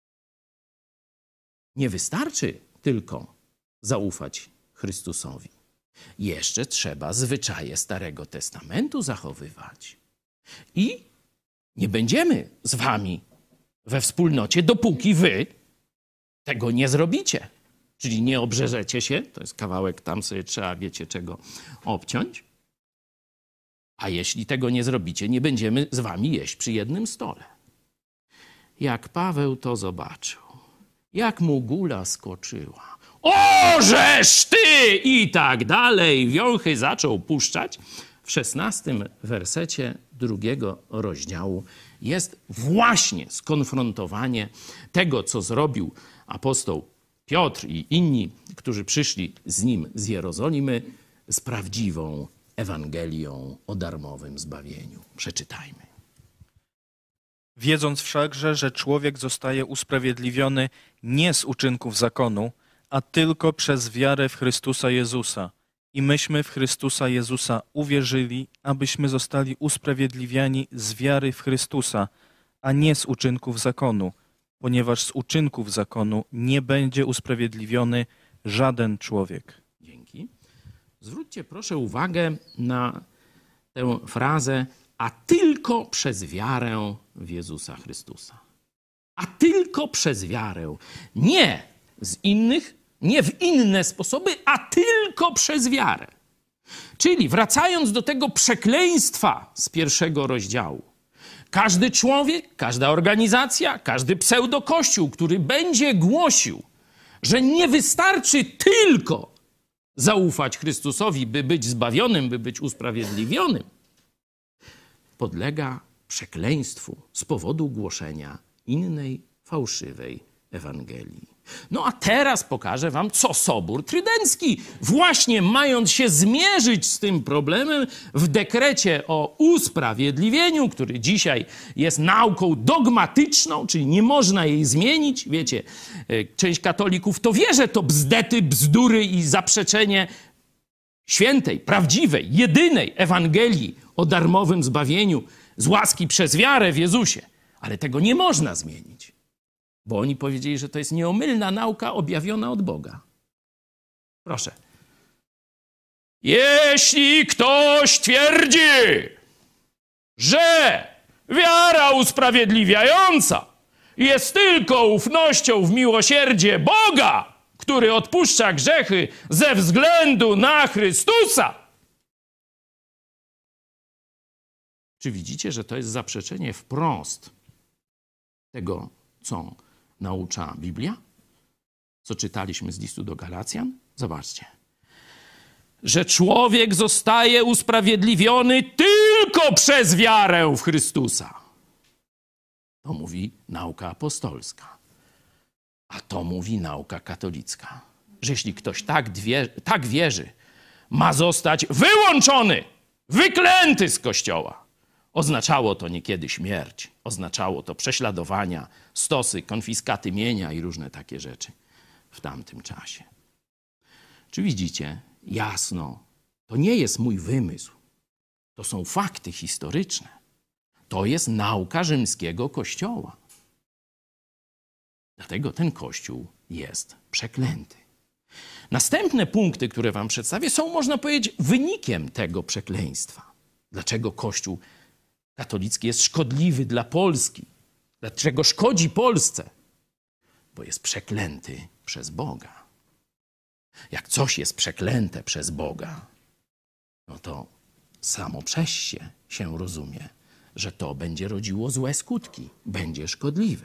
nie wystarczy tylko zaufać Chrystusowi. Jeszcze trzeba zwyczaje Starego Testamentu zachowywać. I nie będziemy z wami we wspólnocie, dopóki wy tego nie zrobicie. Czyli nie obrzeżecie się, to jest kawałek, tam sobie trzeba, wiecie czego, obciąć. A jeśli tego nie zrobicie, nie będziemy z wami jeść przy jednym stole. Jak Paweł to zobaczył, jak mu gula skoczyła. Ożeż ty! I tak dalej. Wiąchy zaczął puszczać. W szesnastym wersecie drugiego rozdziału jest właśnie skonfrontowanie tego, co zrobił apostoł Piotr i inni, którzy przyszli z nim z Jerozolimy, z prawdziwą Ewangelią o darmowym zbawieniu. Przeczytajmy. Wiedząc wszakże, że człowiek zostaje usprawiedliwiony nie z uczynków zakonu, a tylko przez wiarę w Chrystusa Jezusa. I myśmy w Chrystusa Jezusa uwierzyli, abyśmy zostali usprawiedliwiani z wiary w Chrystusa, a nie z uczynków zakonu, ponieważ z uczynków zakonu nie będzie usprawiedliwiony żaden człowiek. Dzięki. Zwróćcie proszę uwagę na tę frazę, a tylko przez wiarę w Jezusa Chrystusa. A tylko przez wiarę. Nie z innych, nie w inne sposoby, a tylko przez wiarę. Czyli wracając do tego przekleństwa z pierwszego rozdziału. Każdy człowiek, każda organizacja, każdy pseudokościół, który będzie głosił, że nie wystarczy tylko zaufać Chrystusowi, by być zbawionym, by być usprawiedliwionym, podlega przekleństwu z powodu głoszenia innej fałszywej Ewangelii. No a teraz pokażę wam, co Sobór Trydencki, właśnie mając się zmierzyć z tym problemem w dekrecie o usprawiedliwieniu, który dzisiaj jest nauką dogmatyczną, czyli nie można jej zmienić. Wiecie, część katolików to wie, że to bzdety, bzdury i zaprzeczenie świętej, prawdziwej, jedynej Ewangelii o darmowym zbawieniu z łaski przez wiarę w Jezusie. Ale tego nie można zmienić. Bo oni powiedzieli, że to jest nieomylna nauka objawiona od Boga. Proszę. Jeśli ktoś twierdzi, że wiara usprawiedliwiająca jest tylko ufnością w miłosierdzie Boga, który odpuszcza grzechy ze względu na Chrystusa. Czy widzicie, że to jest zaprzeczenie wprost tego, co naucza Biblia? Co czytaliśmy z listu do Galacjan? Zobaczcie. Że człowiek zostaje usprawiedliwiony tylko przez wiarę w Chrystusa. To mówi nauka apostolska. A to mówi nauka katolicka. Że jeśli ktoś tak, dwie, tak wierzy, ma zostać wyłączony, wyklęty z Kościoła. Oznaczało to niekiedy śmierć, oznaczało to prześladowania, stosy, konfiskaty mienia i różne takie rzeczy w tamtym czasie. Czy widzicie? Jasno, to nie jest mój wymysł. To są fakty historyczne. To jest nauka rzymskiego Kościoła. Dlatego ten Kościół jest przeklęty. Następne punkty, które wam przedstawię, są, można powiedzieć, wynikiem tego przekleństwa. Dlaczego Kościół katolicki jest szkodliwy dla Polski? Dlaczego szkodzi Polsce? Bo jest przeklęty przez Boga. Jak coś jest przeklęte przez Boga, no to samo przez się się rozumie, że to będzie rodziło złe skutki, będzie szkodliwe.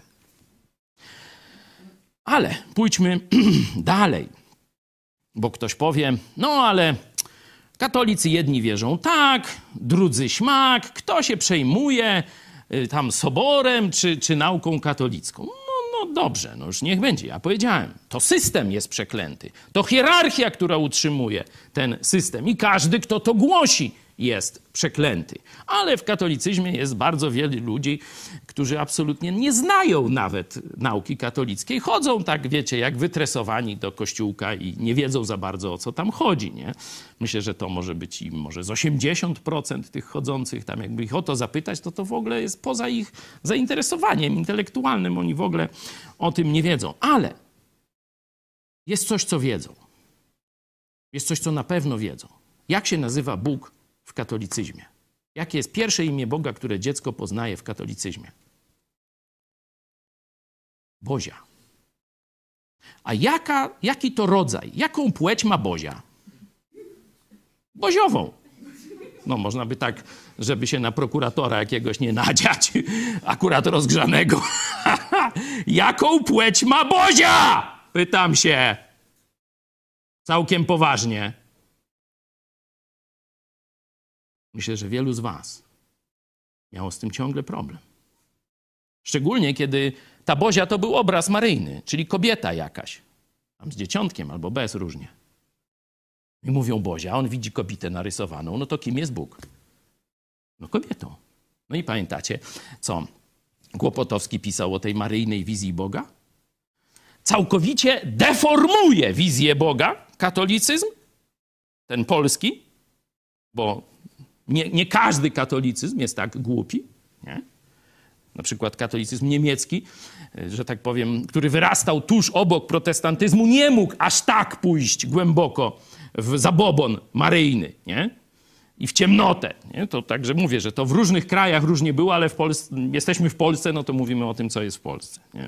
Ale pójdźmy dalej, bo ktoś powie, no ale katolicy jedni wierzą tak, drudzy śmak, kto się przejmuje y, tam soborem czy, czy nauką katolicką? No, no dobrze, no już niech będzie, ja powiedziałem, to system jest przeklęty, to hierarchia, która utrzymuje ten system i każdy, kto to głosi, jest przeklęty. Ale w katolicyzmie jest bardzo wielu ludzi, którzy absolutnie nie znają nawet nauki katolickiej. Chodzą tak, wiecie, jak wytresowani do kościółka i nie wiedzą za bardzo, o co tam chodzi, nie? Myślę, że to może być i może z osiemdziesiąt procent tych chodzących, tam jakby ich o to zapytać, to to w ogóle jest poza ich zainteresowaniem intelektualnym. Oni w ogóle o tym nie wiedzą. Ale jest coś, co wiedzą. Jest coś, co na pewno wiedzą. Jak się nazywa Bóg w katolicyzmie? Jakie jest pierwsze imię Boga, które dziecko poznaje w katolicyzmie? Bozia. A jaka, jaki to rodzaj, jaką płeć ma Bozia? Boziową. No można by tak, żeby się na prokuratora jakiegoś nie nadziać, akurat rozgrzanego. Jaką płeć ma Bozia? Pytam się. Całkiem poważnie. Myślę, że wielu z was miało z tym ciągle problem. Szczególnie, kiedy ta Bozia to był obraz maryjny, czyli kobieta jakaś. Tam z dzieciątkiem albo bez, różnie. I mówią Bozia, a on widzi kobietę narysowaną. No to kim jest Bóg? No kobietą. No i pamiętacie, co Głopotowski pisał o tej maryjnej wizji Boga? całkowicie deformuje wizję Boga, katolicyzm, ten polski, bo nie, nie każdy katolicyzm jest tak głupi, nie? Na przykład katolicyzm niemiecki, że tak powiem, który wyrastał tuż obok protestantyzmu, nie mógł aż tak pójść głęboko w zabobon maryjny, nie? I w ciemnotę. Nie? To także mówię, że to w różnych krajach różnie było, ale w Polsce, jesteśmy w Polsce, no to mówimy o tym, co jest w Polsce. Nie?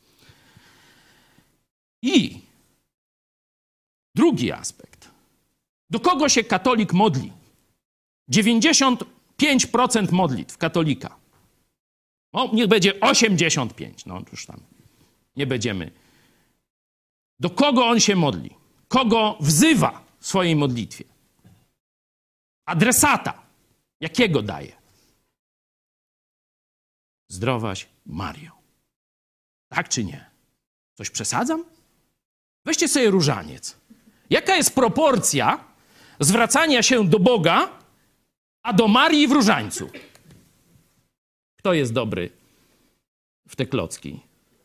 I drugi aspekt. Do kogo się katolik modli? dziewięćdziesiąt pięć procent modlitw katolika. No, niech będzie osiemdziesiąt pięć. No już tam nie będziemy. Do kogo on się modli? Kogo wzywa w swojej modlitwie? Adresata. Jakiego daje? Zdrowaś Mario. Tak czy nie? Coś przesadzam? Weźcie sobie różaniec. Jaka jest proporcja zwracania się do Boga, a do Marii w różańcu? Kto jest dobry w te klocki?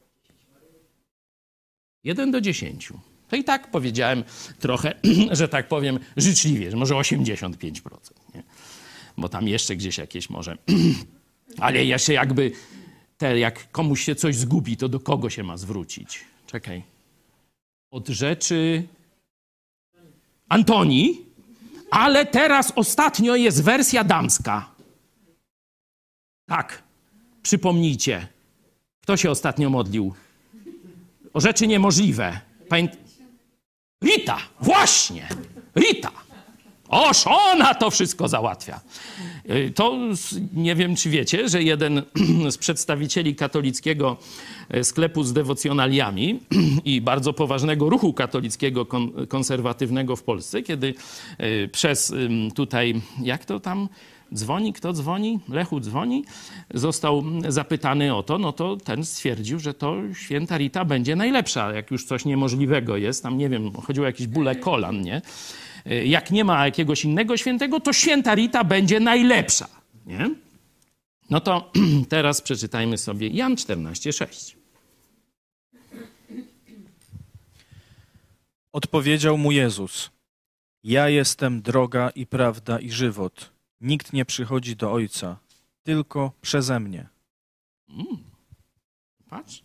Jeden do dziesięciu. To i tak powiedziałem trochę, że tak powiem, życzliwie, że może osiemdziesiąt pięć procent. Nie? Bo tam jeszcze gdzieś jakieś może... Ale jeszcze jakby, te, jak komuś się coś zgubi, to do kogo się ma zwrócić? Czekaj. Od rzeczy Antoni, ale teraz ostatnio jest wersja damska. Tak, przypomnijcie. Kto się ostatnio modlił? O rzeczy niemożliwe. Pamię... Rita, właśnie, Rita. Oż ona to wszystko załatwia. To nie wiem, czy wiecie, że jeden z przedstawicieli katolickiego sklepu z dewocjonaliami i bardzo poważnego ruchu katolickiego kon- konserwatywnego w Polsce, kiedy przez tutaj, jak to tam dzwoni, kto dzwoni, Lechu dzwoni, został zapytany o to, no to ten stwierdził, że to święta Rita będzie najlepsza, jak już coś niemożliwego jest, tam nie wiem, chodziło o jakieś bóle kolan, nie? Jak nie ma jakiegoś innego świętego, to święta Rita będzie najlepsza, nie? No to teraz przeczytajmy sobie Jan czternaście sześć. Odpowiedział mu Jezus: Ja jestem droga i prawda i żywot. Nikt nie przychodzi do Ojca, tylko przeze mnie. Mm. Patrz.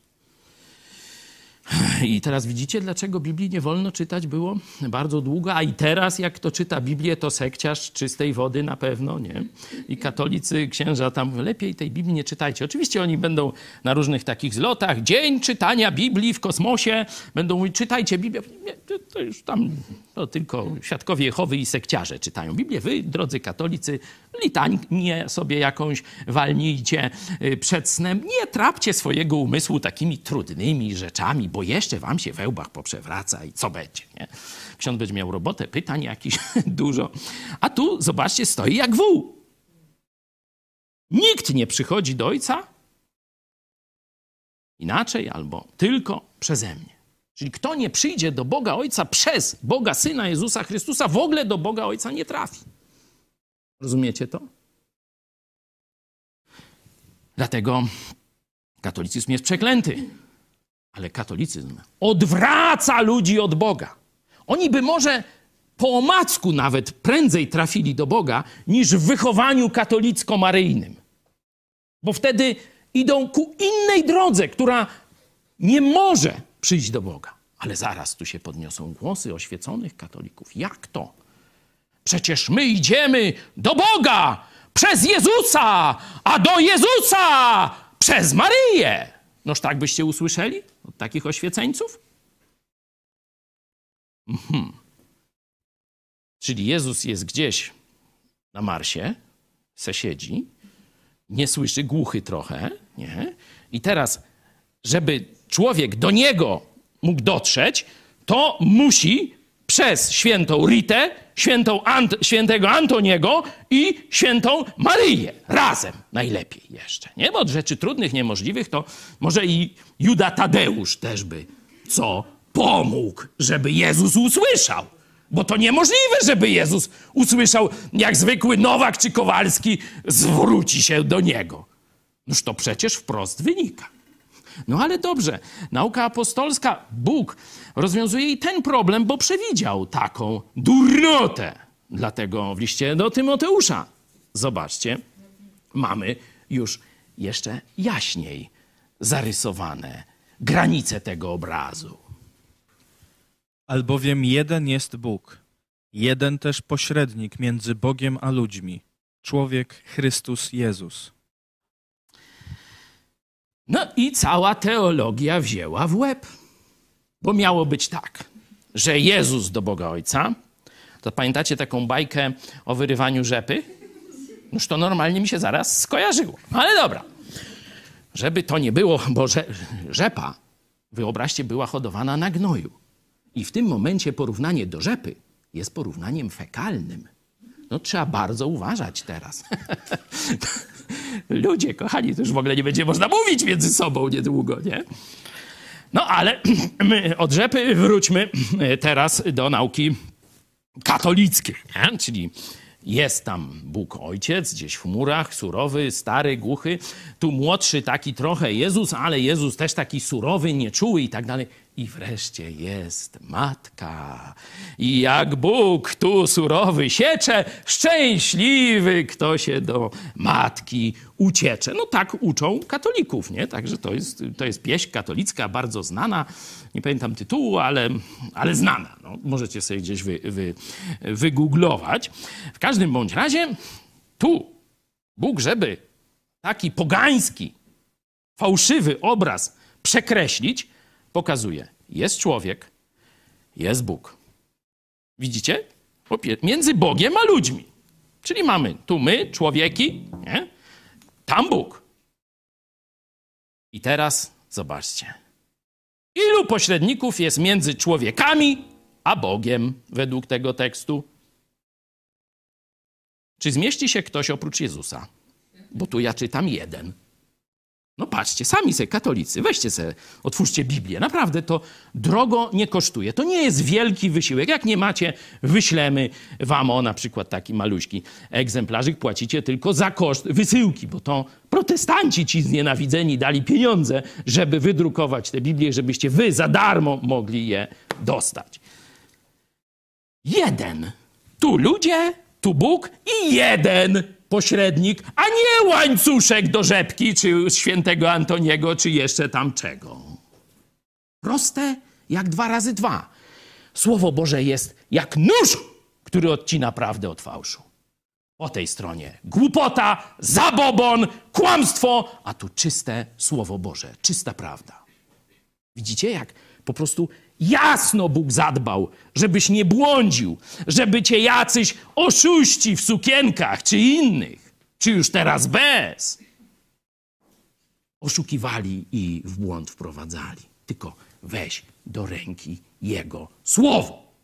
I teraz widzicie, dlaczego Biblii nie wolno czytać było bardzo długo, a i teraz jak kto czyta Biblię, to sekciarz czystej wody na pewno, nie? I katolicy, księża tam, lepiej tej Biblii nie czytajcie. Oczywiście oni będą na różnych takich zlotach, dzień czytania Biblii w kosmosie, będą mówić, czytajcie Biblię. Nie, to, to już tam to tylko świadkowie Jehowy i sekciarze czytają Biblię. Wy, drodzy katolicy, litanię sobie jakąś walnijcie przed snem. Nie trapcie swojego umysłu takimi trudnymi rzeczami, bo jeszcze wam się we łbach poprzewraca i co będzie, nie? Ksiądz będzie miał robotę, pytań jakiś dużo. A tu, zobaczcie, stoi jak wół. Nikt nie przychodzi do Ojca inaczej albo tylko przeze mnie. Czyli kto nie przyjdzie do Boga Ojca przez Boga Syna Jezusa Chrystusa, w ogóle do Boga Ojca nie trafi. Rozumiecie to? Dlatego katolicyzm jest przeklęty. Ale katolicyzm odwraca ludzi od Boga. Oni by może po omacku nawet prędzej trafili do Boga niż w wychowaniu katolicko-maryjnym. Bo wtedy idą ku innej drodze, która nie może przyjść do Boga. Ale zaraz tu się podniosą głosy oświeconych katolików. Jak to? Przecież my idziemy do Boga przez Jezusa, a do Jezusa przez Maryję. Noż tak byście usłyszeli od takich oświeceńców? Mhm. Czyli Jezus jest gdzieś na Marsie, se siedzi, nie słyszy, głuchy trochę, nie? I teraz, żeby człowiek do Niego mógł dotrzeć, to musi przez świętą Ritę, świętą Ant- świętego Antoniego i świętą Maryję. Razem najlepiej jeszcze. Nie? Bo od rzeczy trudnych, niemożliwych to może i Juda Tadeusz też by co pomógł, żeby Jezus usłyszał. Bo to niemożliwe, żeby Jezus usłyszał, jak zwykły Nowak czy Kowalski zwróci się do Niego. Noż to przecież wprost wynika. No ale dobrze, nauka apostolska, Bóg rozwiązuje i ten problem, bo przewidział taką durnotę. Dlatego w liście do Tymoteusza, zobaczcie, mamy już jeszcze jaśniej zarysowane granice tego obrazu. Albowiem jeden jest Bóg, jeden też pośrednik między Bogiem a ludźmi, człowiek Chrystus Jezus. No i cała teologia wzięła w łeb, bo miało być tak, że Jezus do Boga Ojca, to pamiętacie taką bajkę o wyrywaniu rzepy? Już to normalnie mi się zaraz skojarzyło, ale dobra. Żeby to nie było, bo rzepa, wyobraźcie, była hodowana na gnoju. I w tym momencie porównanie do rzepy jest porównaniem fekalnym. No trzeba bardzo uważać teraz. Ludzie, kochani, to już w ogóle nie będzie można mówić między sobą niedługo, nie? No ale my od rzepy wróćmy teraz do nauki katolickiej, nie? Czyli jest tam Bóg Ojciec, gdzieś w chmurach, surowy, stary, głuchy. Tu młodszy taki trochę Jezus, ale Jezus też taki surowy, nieczuły i tak dalej. I wreszcie jest Matka. I jak Bóg tu surowy siecze, szczęśliwy, kto się do Matki uciecze. No tak uczą katolików, nie? Także to jest, to jest pieśń katolicka, bardzo znana. Nie pamiętam tytułu, ale, ale znana. No, możecie sobie gdzieś wy, wy, wygooglować. W każdym bądź razie tu Bóg, żeby taki pogański, fałszywy obraz przekreślić, pokazuje, jest człowiek, jest Bóg. Widzicie? Między Bogiem a ludźmi. Czyli mamy tu my, człowieki, nie? Tam Bóg. I teraz zobaczcie. Ilu pośredników jest między człowiekami a Bogiem według tego tekstu? Czy zmieści się ktoś oprócz Jezusa? Bo tu ja czytam jeden. No patrzcie, sami sobie katolicy, weźcie sobie, otwórzcie Biblię. Naprawdę to drogo nie kosztuje. To nie jest wielki wysiłek. Jak nie macie, wyślemy wam o na przykład taki maluśki egzemplarzyk. Płacicie tylko za koszt wysyłki, bo to protestanci ci znienawidzeni dali pieniądze, żeby wydrukować te Biblię, żebyście wy za darmo mogli je dostać. Jeden. Tu ludzie, tu Bóg i jeden pośrednik, a nie łańcuszek do rzepki, czy świętego Antoniego, czy jeszcze tam czego. Proste jak dwa razy dwa. Słowo Boże jest jak nóż, który odcina prawdę od fałszu. Po tej stronie głupota, zabobon, kłamstwo, a tu czyste Słowo Boże, czysta prawda. Widzicie, jak po prostu jasno Bóg zadbał, żebyś nie błądził, żeby cię jacyś oszuści w sukienkach czy innych, czy już teraz bez, oszukiwali i w błąd wprowadzali. Tylko weź do ręki Jego Słowo.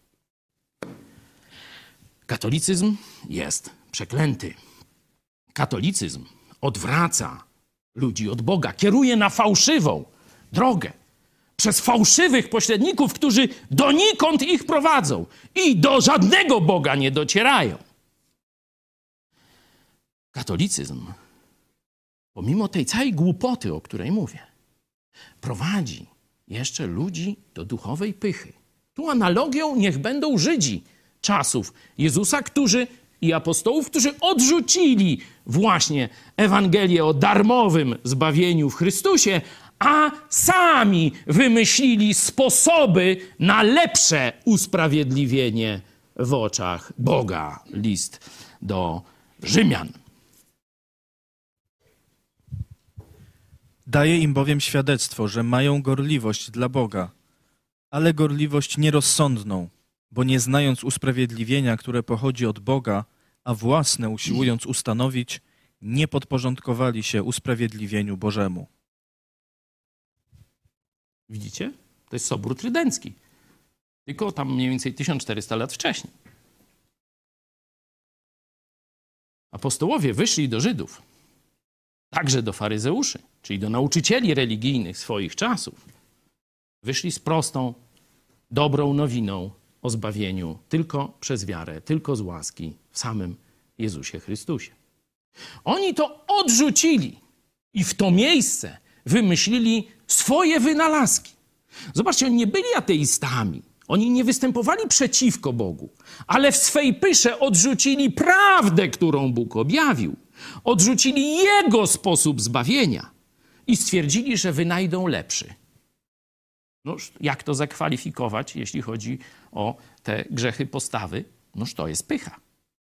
Katolicyzm jest przeklęty. Katolicyzm odwraca ludzi od Boga, kieruje na fałszywą drogę. Przez fałszywych pośredników, którzy donikąd ich prowadzą i do żadnego Boga nie docierają. Katolicyzm, pomimo tej całej głupoty, o której mówię, prowadzi jeszcze ludzi do duchowej pychy. Tu analogią niech będą Żydzi czasów Jezusa, którzy i apostołów, którzy odrzucili właśnie Ewangelię o darmowym zbawieniu w Chrystusie, a sami wymyślili sposoby na lepsze usprawiedliwienie w oczach Boga. List do Rzymian. Daje im bowiem świadectwo, że mają gorliwość dla Boga, ale gorliwość nierozsądną, bo nie znając usprawiedliwienia, które pochodzi od Boga, a własne usiłując ustanowić, nie podporządkowali się usprawiedliwieniu Bożemu. Widzicie? To jest Sobór Trydencki. Tylko tam mniej więcej tysiąc czterysta lat wcześniej. Apostołowie wyszli do Żydów, także do faryzeuszy, czyli do nauczycieli religijnych swoich czasów. Wyszli z prostą, dobrą nowiną o zbawieniu tylko przez wiarę, tylko z łaski w samym Jezusie Chrystusie. Oni to odrzucili i w to miejsce wymyślili swoje wynalazki. Zobaczcie, oni nie byli ateistami. Oni nie występowali przeciwko Bogu, ale w swej pysze odrzucili prawdę, którą Bóg objawił. Odrzucili Jego sposób zbawienia i stwierdzili, że wynajdą lepszy. Noż, jak to zakwalifikować, jeśli chodzi o te grzechy postawy? Noż to jest pycha.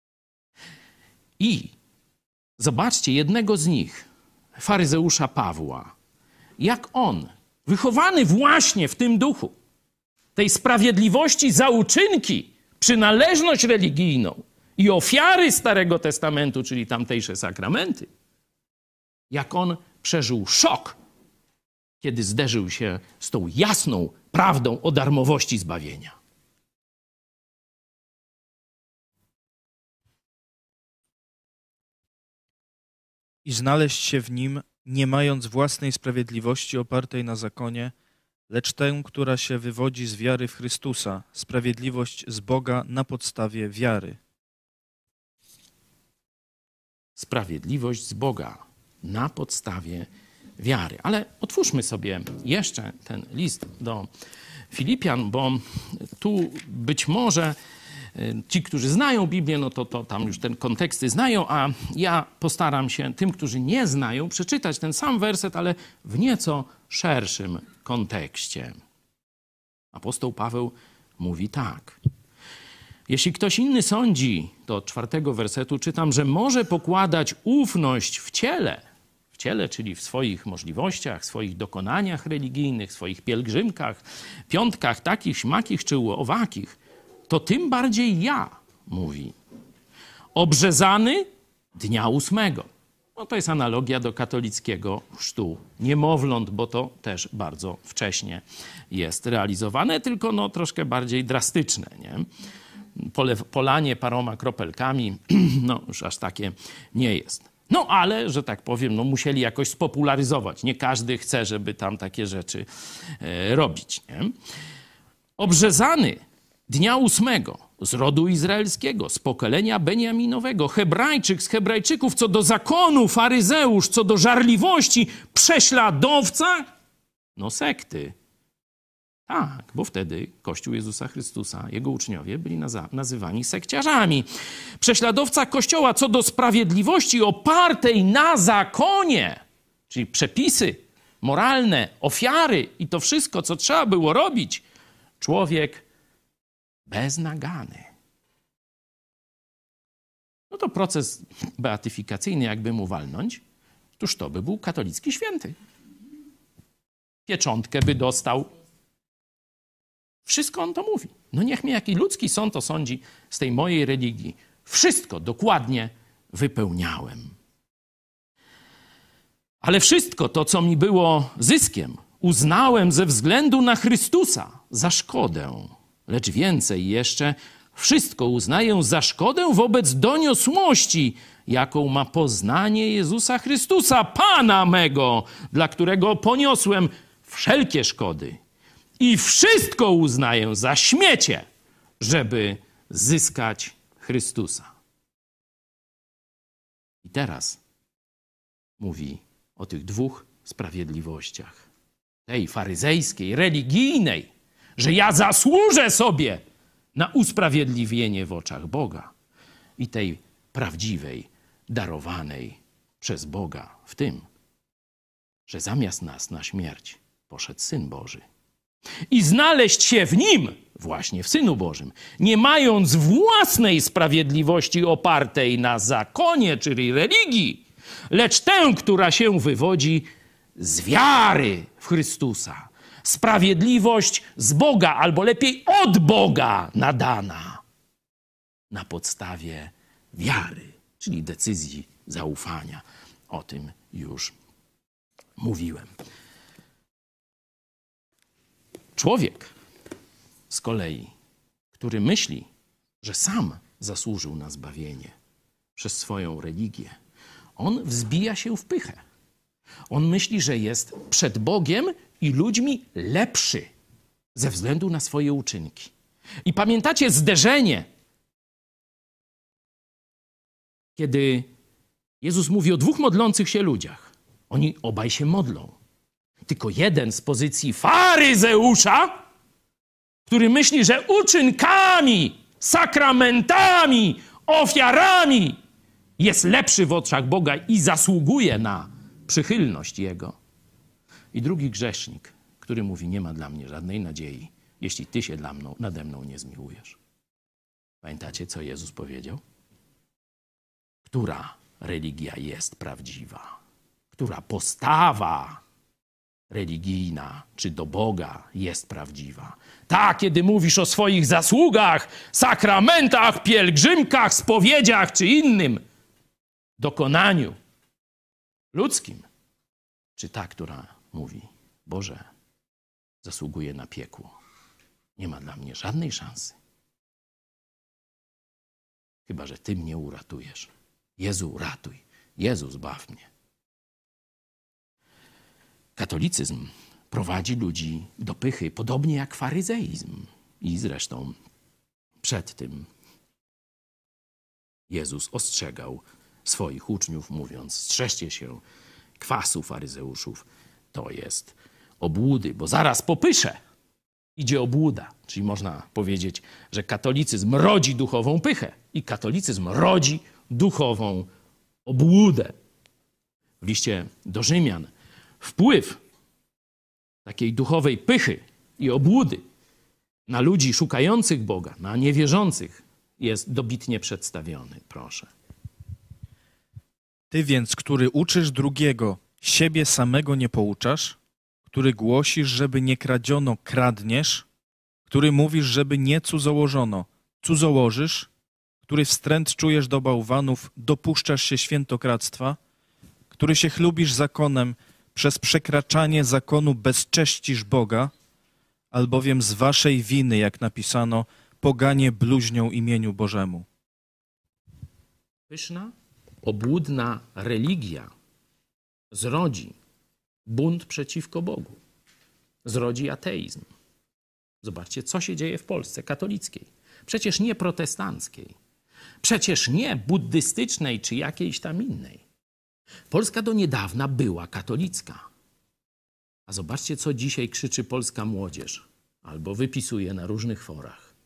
I zobaczcie jednego z nich, faryzeusza Pawła, jak on, wychowany właśnie w tym duchu, tej sprawiedliwości za uczynki, przynależność religijną i ofiary Starego Testamentu, czyli tamtejsze sakramenty, jak on przeżył szok, kiedy zderzył się z tą jasną prawdą o darmowości zbawienia. I znaleźć się w nim, nie mając własnej sprawiedliwości opartej na zakonie, lecz tę, która się wywodzi z wiary w Chrystusa, sprawiedliwość z Boga na podstawie wiary. Sprawiedliwość z Boga na podstawie wiary. Ale otwórzmy sobie jeszcze ten list do Filipian, bo tu być może ci, którzy znają Biblię, no to, to tam już ten konteksty znają, a ja postaram się tym, którzy nie znają, przeczytać ten sam werset, ale w nieco szerszym kontekście. Apostoł Paweł mówi tak. Jeśli ktoś inny sądzi, do czwartego wersetu czytam, że może pokładać ufność w ciele, w ciele, czyli w swoich możliwościach, swoich dokonaniach religijnych, swoich pielgrzymkach, piątkach takich, śmakich czy owakich, to tym bardziej ja, mówi, obrzezany dnia ósmego. No to jest analogia do katolickiego chrztu niemowląt, bo to też bardzo wcześnie jest realizowane, tylko no troszkę bardziej drastyczne, nie? Pole, polanie paroma kropelkami, no już aż takie nie jest. No ale, że tak powiem, no musieli jakoś spopularyzować. Nie każdy chce, żeby tam takie rzeczy e, robić, nie? Obrzezany dnia ósmego z rodu izraelskiego, z pokolenia Beniaminowego, Hebrajczyk z Hebrajczyków, co do zakonu, faryzeusz, co do żarliwości, prześladowca, no sekty. Tak, bo wtedy Kościół Jezusa Chrystusa, jego uczniowie byli nazywani sekciarzami. Prześladowca Kościoła co do sprawiedliwości opartej na zakonie, czyli przepisy moralne, ofiary i to wszystko, co trzeba było robić. Człowiek beznagany. No to proces beatyfikacyjny, jakby mu walnąć, toż to by był katolicki święty. Pieczątkę by dostał. Wszystko on to mówi. No niech mnie jaki ludzki sąd osądzi z tej mojej religii. Wszystko dokładnie wypełniałem. Ale wszystko to, co mi było zyskiem, uznałem ze względu na Chrystusa za szkodę. Lecz więcej jeszcze, wszystko uznaję za szkodę wobec doniosłości, jaką ma poznanie Jezusa Chrystusa, Pana mego, dla którego poniosłem wszelkie szkody. I wszystko uznaję za śmiecie, żeby zyskać Chrystusa. I teraz mówi o tych dwóch sprawiedliwościach. Tej faryzejskiej, religijnej, że ja zasłużę sobie na usprawiedliwienie w oczach Boga. I tej prawdziwej, darowanej przez Boga w tym, że zamiast nas na śmierć poszedł Syn Boży. I znaleźć się w Nim, właśnie w Synu Bożym, nie mając własnej sprawiedliwości opartej na zakonie, czyli religii, lecz tę, która się wywodzi z wiary w Chrystusa. Sprawiedliwość z Boga, albo lepiej od Boga nadana na podstawie wiary, czyli decyzji zaufania. O tym już mówiłem. Człowiek z kolei, który myśli, że sam zasłużył na zbawienie przez swoją religię, on wzbija się w pychę. On myśli, że jest przed Bogiem i ludźmi lepszy ze względu na swoje uczynki. I pamiętacie zderzenie, kiedy Jezus mówi o dwóch modlących się ludziach. Oni obaj się modlą. tylko jeden z pozycji faryzeusza, który myśli, że uczynkami, sakramentami, ofiarami jest lepszy w oczach Boga i zasługuje na przychylność Jego. I drugi grzesznik, który mówi, nie ma dla mnie żadnej nadziei, jeśli Ty się dla mną, nade mną nie zmiłujesz. Pamiętacie, co Jezus powiedział? Która religia jest prawdziwa? Która postawa religijna czy do Boga jest prawdziwa? Ta, kiedy mówisz o swoich zasługach, sakramentach, pielgrzymkach, spowiedziach czy innym dokonaniu ludzkim. Czy ta, która mówi, Boże, zasługuję na piekło. Nie ma dla mnie żadnej szansy. Chyba że Ty mnie uratujesz. Jezu, ratuj. Jezu, zbaw mnie. Katolicyzm prowadzi ludzi do pychy, podobnie jak faryzeizm. I zresztą przed tym Jezus ostrzegał swoich uczniów, mówiąc, strzeżcie się kwasu faryzeuszów. To jest obłudy, bo zaraz po pysze idzie obłuda. Czyli można powiedzieć, że katolicyzm rodzi duchową pychę i katolicyzm rodzi duchową obłudę. W liście do Rzymian wpływ takiej duchowej pychy i obłudy na ludzi szukających Boga, na niewierzących jest dobitnie przedstawiony. Proszę. Ty więc, który uczysz drugiego, siebie samego nie pouczasz? Który głosisz, żeby nie kradziono, kradniesz? Który mówisz, żeby nie cudzołożono, cudzołożysz? Który wstręt czujesz do bałwanów, dopuszczasz się świętokradztwa? Który się chlubisz zakonem, przez przekraczanie zakonu bezcześcisz Boga? Albowiem z waszej winy, jak napisano, poganie bluźnią imieniu Bożemu. Pyszna, obłudna religia zrodzi bunt przeciwko Bogu. Zrodzi ateizm. Zobaczcie, co się dzieje w Polsce katolickiej. Przecież nie protestanckiej. Przecież nie buddystycznej czy jakiejś tam innej. Polska do niedawna była katolicka. A zobaczcie, co dzisiaj krzyczy polska młodzież albo wypisuje na różnych forach.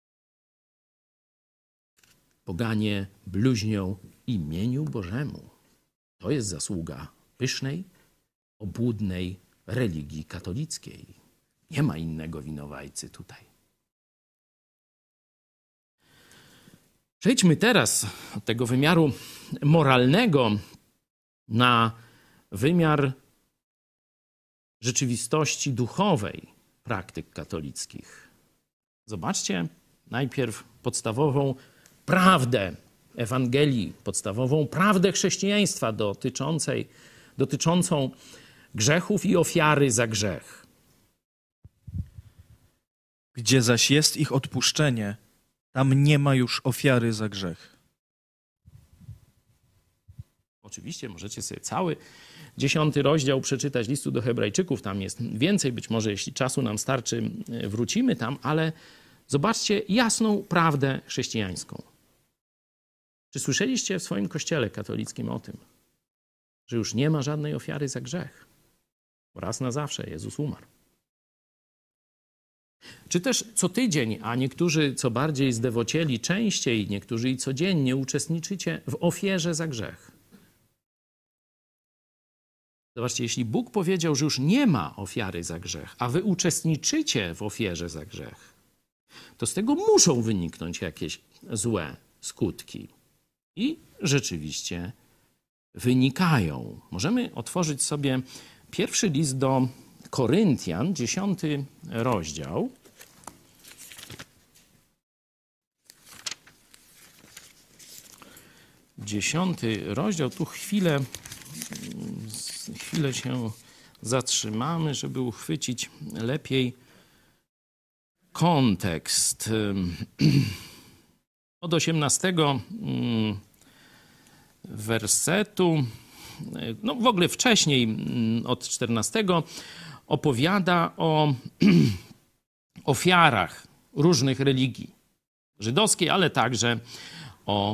Poganie bluźnią imieniu Bożemu. To jest zasługa pysznej, obłudnej religii katolickiej. Nie ma innego winowajcy tutaj. Przejdźmy teraz od tego wymiaru moralnego na wymiar rzeczywistości duchowej praktyk katolickich. Zobaczcie najpierw podstawową prawdę Ewangelii, podstawową prawdę chrześcijaństwa dotyczącej, dotyczącą grzechów i ofiary za grzech. Gdzie zaś jest ich odpuszczenie, tam nie ma już ofiary za grzech. Oczywiście możecie sobie cały dziesiąty rozdział przeczytać listu do Hebrajczyków. Tam jest więcej, być może jeśli czasu nam starczy, wrócimy tam, ale zobaczcie jasną prawdę chrześcijańską. Czy słyszeliście w swoim kościele katolickim o tym, że już nie ma żadnej ofiary za grzech? Raz na zawsze Jezus umarł. Czy też co tydzień, a niektórzy co bardziej zdewocieli częściej, niektórzy i codziennie uczestniczycie w ofierze za grzech? Zobaczcie, jeśli Bóg powiedział, że już nie ma ofiary za grzech, a wy uczestniczycie w ofierze za grzech, to z tego muszą wyniknąć jakieś złe skutki. I rzeczywiście wynikają. Możemy otworzyć sobie pierwszy list do Koryntian, dziesiąty rozdział. Dziesiąty rozdział. Tu chwilę, chwilę się zatrzymamy, żeby uchwycić lepiej kontekst. Od osiemnastego wersetu, no w ogóle wcześniej od czternastego opowiada o ofiarach różnych religii żydowskiej, ale także o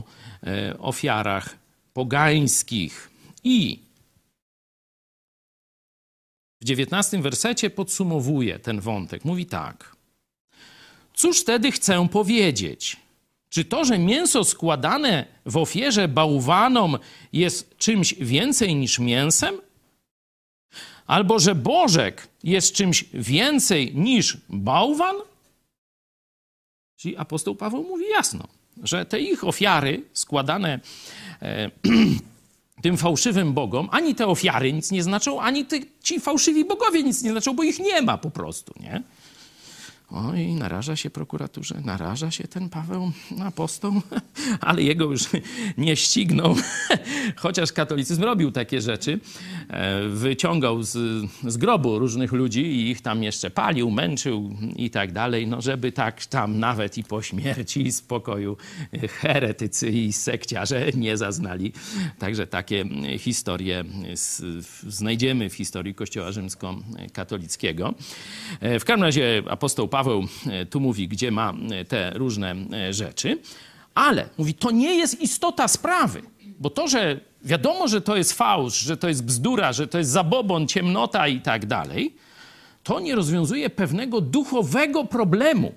ofiarach pogańskich. I w dziewiętnastym wersecie podsumowuje ten wątek. Mówi tak. Cóż wtedy chcę powiedzieć? Czy to, że mięso składane w ofierze bałwanom jest czymś więcej niż mięsem? Albo że bożek jest czymś więcej niż bałwan? Czyli apostoł Paweł mówi jasno, że te ich ofiary składane e, tym fałszywym bogom, ani te ofiary nic nie znaczą, ani te, ci fałszywi bogowie nic nie znaczą, bo ich nie ma po prostu, nie? Oj, naraża się prokuraturze, naraża się ten Paweł apostoł, ale jego już nie ścigną, chociaż katolicyzm robił takie rzeczy, wyciągał z, z grobu różnych ludzi i ich tam jeszcze palił, męczył i tak dalej, no żeby tak tam nawet i po śmierci i spokoju heretycy i sekciarze nie zaznali. Także takie historie znajdziemy w historii Kościoła rzymskokatolickiego. W każdym razie apostoł Paweł tu mówi, gdzie ma te różne rzeczy, ale mówi, to nie jest istota sprawy, bo to, że wiadomo, że to jest fałsz, że to jest bzdura, że to jest zabobon, ciemnota i tak dalej, to nie rozwiązuje pewnego duchowego problemu.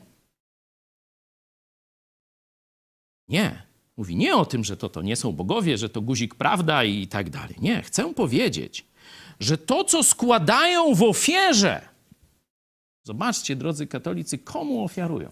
Nie. Mówi nie o tym, że to, to nie są bogowie, że to guzik prawda i tak dalej. Nie. Chcę powiedzieć, że to, co składają w ofierze, zobaczcie, drodzy katolicy, komu ofiarują.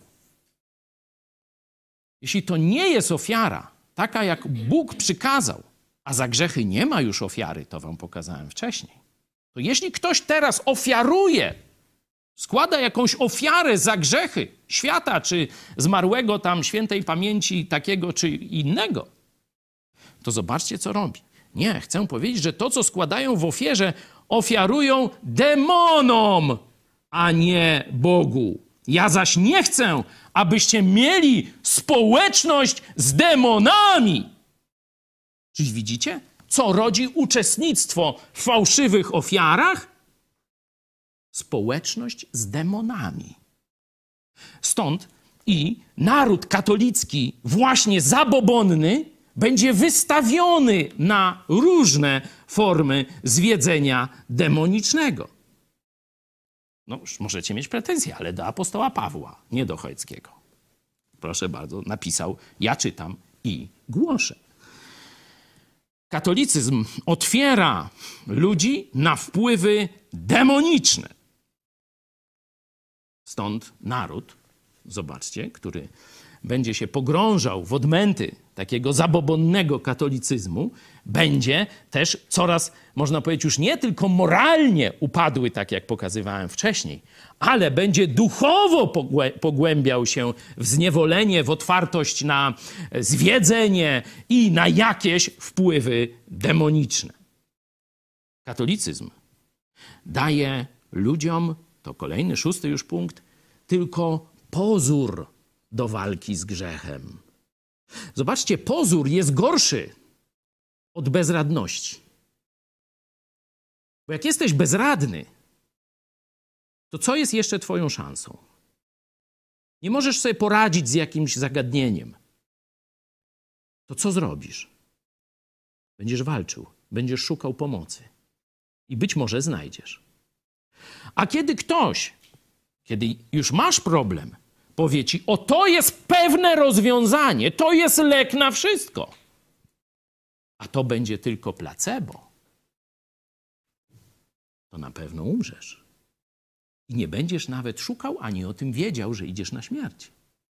Jeśli to nie jest ofiara, taka jak Bóg przykazał, a za grzechy nie ma już ofiary, to wam pokazałem wcześniej, to jeśli ktoś teraz ofiaruje, składa jakąś ofiarę za grzechy świata, czy zmarłego tam świętej pamięci takiego czy innego, to zobaczcie, co robi. Nie, chcę powiedzieć, że to, co składają w ofierze, ofiarują demonom, a nie Bogu. Ja zaś nie chcę, abyście mieli społeczność z demonami. Czyli widzicie, co rodzi uczestnictwo w fałszywych ofiarach? Społeczność z demonami. Stąd i naród katolicki, właśnie zabobonny, będzie wystawiony na różne formy zwiedzenia demonicznego. No już możecie mieć pretensje, ale do apostoła Pawła, nie do Chojeckiego. Proszę bardzo, napisał, ja czytam i głoszę. Katolicyzm otwiera ludzi na wpływy demoniczne. Stąd naród, zobaczcie, który będzie się pogrążał w odmęty takiego zabobonnego katolicyzmu, będzie też coraz, można powiedzieć, już nie tylko moralnie upadły, tak jak pokazywałem wcześniej, ale będzie duchowo pogłębiał się w zniewolenie, w otwartość na zwiedzenie i na jakieś wpływy demoniczne. Katolicyzm daje ludziom, to kolejny, szósty już punkt, tylko pozór do walki z grzechem. Zobaczcie, pozór jest gorszy od bezradności. Bo jak jesteś bezradny, to co jest jeszcze twoją szansą? Nie możesz sobie poradzić z jakimś zagadnieniem. To co zrobisz? Będziesz walczył, będziesz szukał pomocy. I być może znajdziesz. A kiedy ktoś, kiedy już masz problem, powie ci, o to jest pewne rozwiązanie, to jest lek na wszystko, a to będzie tylko placebo, to na pewno umrzesz. I nie będziesz nawet szukał, ani o tym wiedział, że idziesz na śmierć.